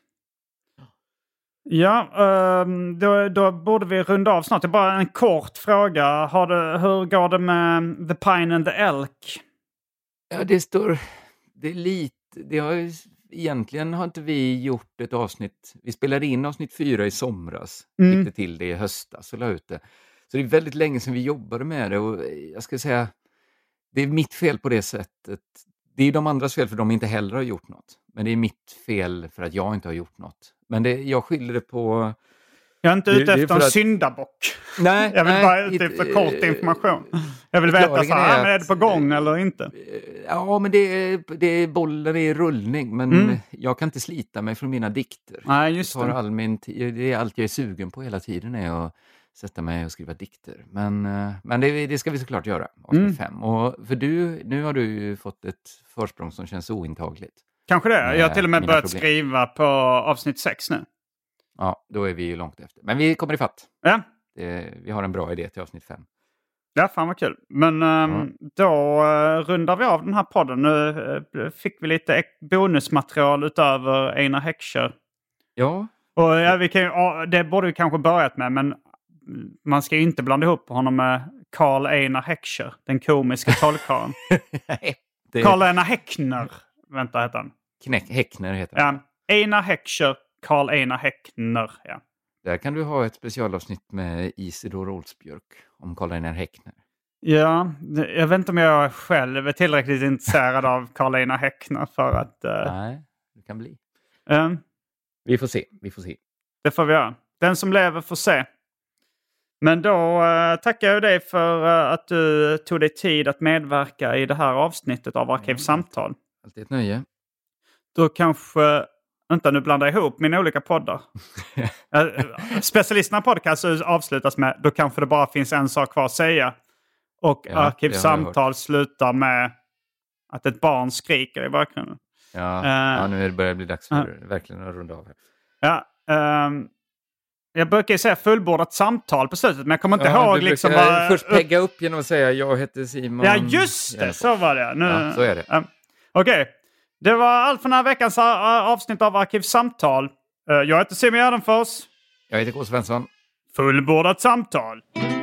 Ja, um, då, då borde vi runda av snart. Det är bara en kort fråga. Har du, hur går det med The Pine and the Elk? Ja, det står... Det är lite det har ju, egentligen har inte vi gjort ett avsnitt. Vi spelade in avsnitt fyra i somras. Mm. Fick det till det i höstas och la ut det. Så det är väldigt länge sedan vi jobbade med det. Och jag ska säga, det är mitt fel på det sättet. Det är de andras fel för de inte heller har gjort något. Men det är mitt fel för att jag inte har gjort något. Men det, jag skyller det på... Jag är inte ute det, det efter en att... syndabock. Nej, jag vill nej, bara ute efter kort information. Jag vill veta så här, är, att, är det på gång eller inte? Ja, men det är, det är bollen är i rullning. Men mm. jag kan inte slita mig från mina dikter. Nej, just jag tar det. All min, det är allt jag är sugen på hela tiden är att sätta mig och skriva dikter. Men, men det, det ska vi såklart göra. Mm. Fem. Och för du, nu har du ju fått ett försprång som känns ointagligt. Kanske det. Jag har till och med börjat problem. skriva på avsnitt sex nu. Ja, då är vi ju långt efter. Men vi kommer ifatt. Ja. Det, vi har en bra idé till avsnitt fem. Ja, fan vad kul. Men ja. um, då uh, rundar vi av den här podden. Nu uh, fick vi lite bonusmaterial utöver Einar Heckscher. Ja. Och ja, vi kan ju, uh, det borde vi kanske börjat med, men man ska ju inte blanda ihop honom med Karl Einar Heckscher, den komiska trollkarlen. det... Karl Einar Häckner, vänta heter han. Knäck, Häckner heter han. Ja, Einar Heckscher, Karl Einar Häckner, ja. Där kan du ha ett specialavsnitt med Isidor Olsbjörk om Karl Einar Häckner. Ja, jag vet inte om jag själv är tillräckligt intresserad av Karl Einar Häckner för att... Uh... Nej, det kan bli. Um, vi får se, vi får se. Det får vi göra. Den som lever får se. Men då uh, tackar jag dig för uh, att du tog dig tid att medverka i det här avsnittet av Arkivsamtal. Alltid ett nöje. Då kanske... Vänta, nu blandar jag ihop mina olika poddar. Specialisterna podcast avslutas med då kanske det bara finns en sak kvar att säga. Och ja, Arkivsamtal slutar med att ett barn skriker i bakgrunden. Ja, uh, ja nu börjar det bli dags för uh, verkligen att runda av här. Ja, um, jag brukar ju säga fullbordat samtal på slutet, men jag kommer inte ja, ihåg liksom bara... Först pegga upp genom att säga jag heter Simon. Ja, just det, så var det. Nu, ja, så är det. Um, Okej. Okay. Det var allt för den här veckans avsnitt av Arkivsamtal. Jag heter Simon Gärdenfors. Jag heter K. Svensson. Fullbordat samtal.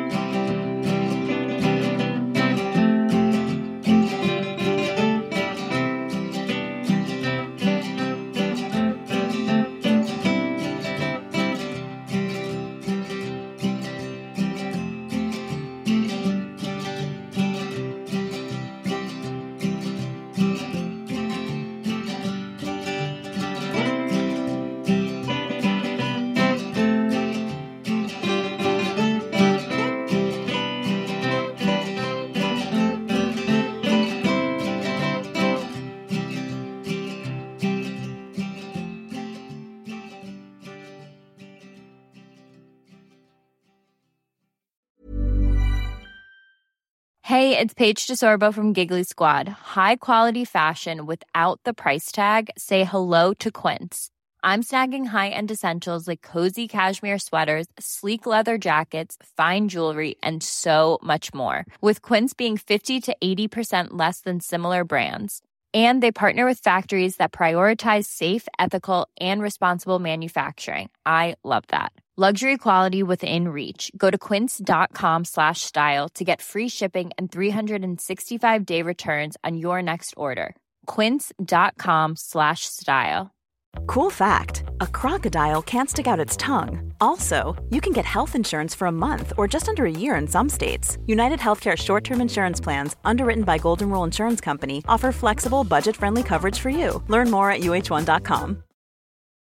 Hey, it's Paige DeSorbo from Giggly Squad. High quality fashion without the price tag. Say hello to Quince. I'm snagging high-end essentials like cozy cashmere sweaters, sleek leather jackets, fine jewelry, and so much more. With Quince being fifty to eighty percent less than similar brands. And they partner with factories that prioritize safe, ethical, and responsible manufacturing. I love that. Luxury quality within reach. Go to quince.com slash style to get free shipping and three sixty-five day returns on your next order. Quince.com slash style. Cool fact, a crocodile can't stick out its tongue. Also, you can get health insurance for a month or just under a year in some states. United Healthcare short-term insurance plans, underwritten by Golden Rule Insurance Company, offer flexible, budget-friendly coverage for you. Learn more at U H one dot com.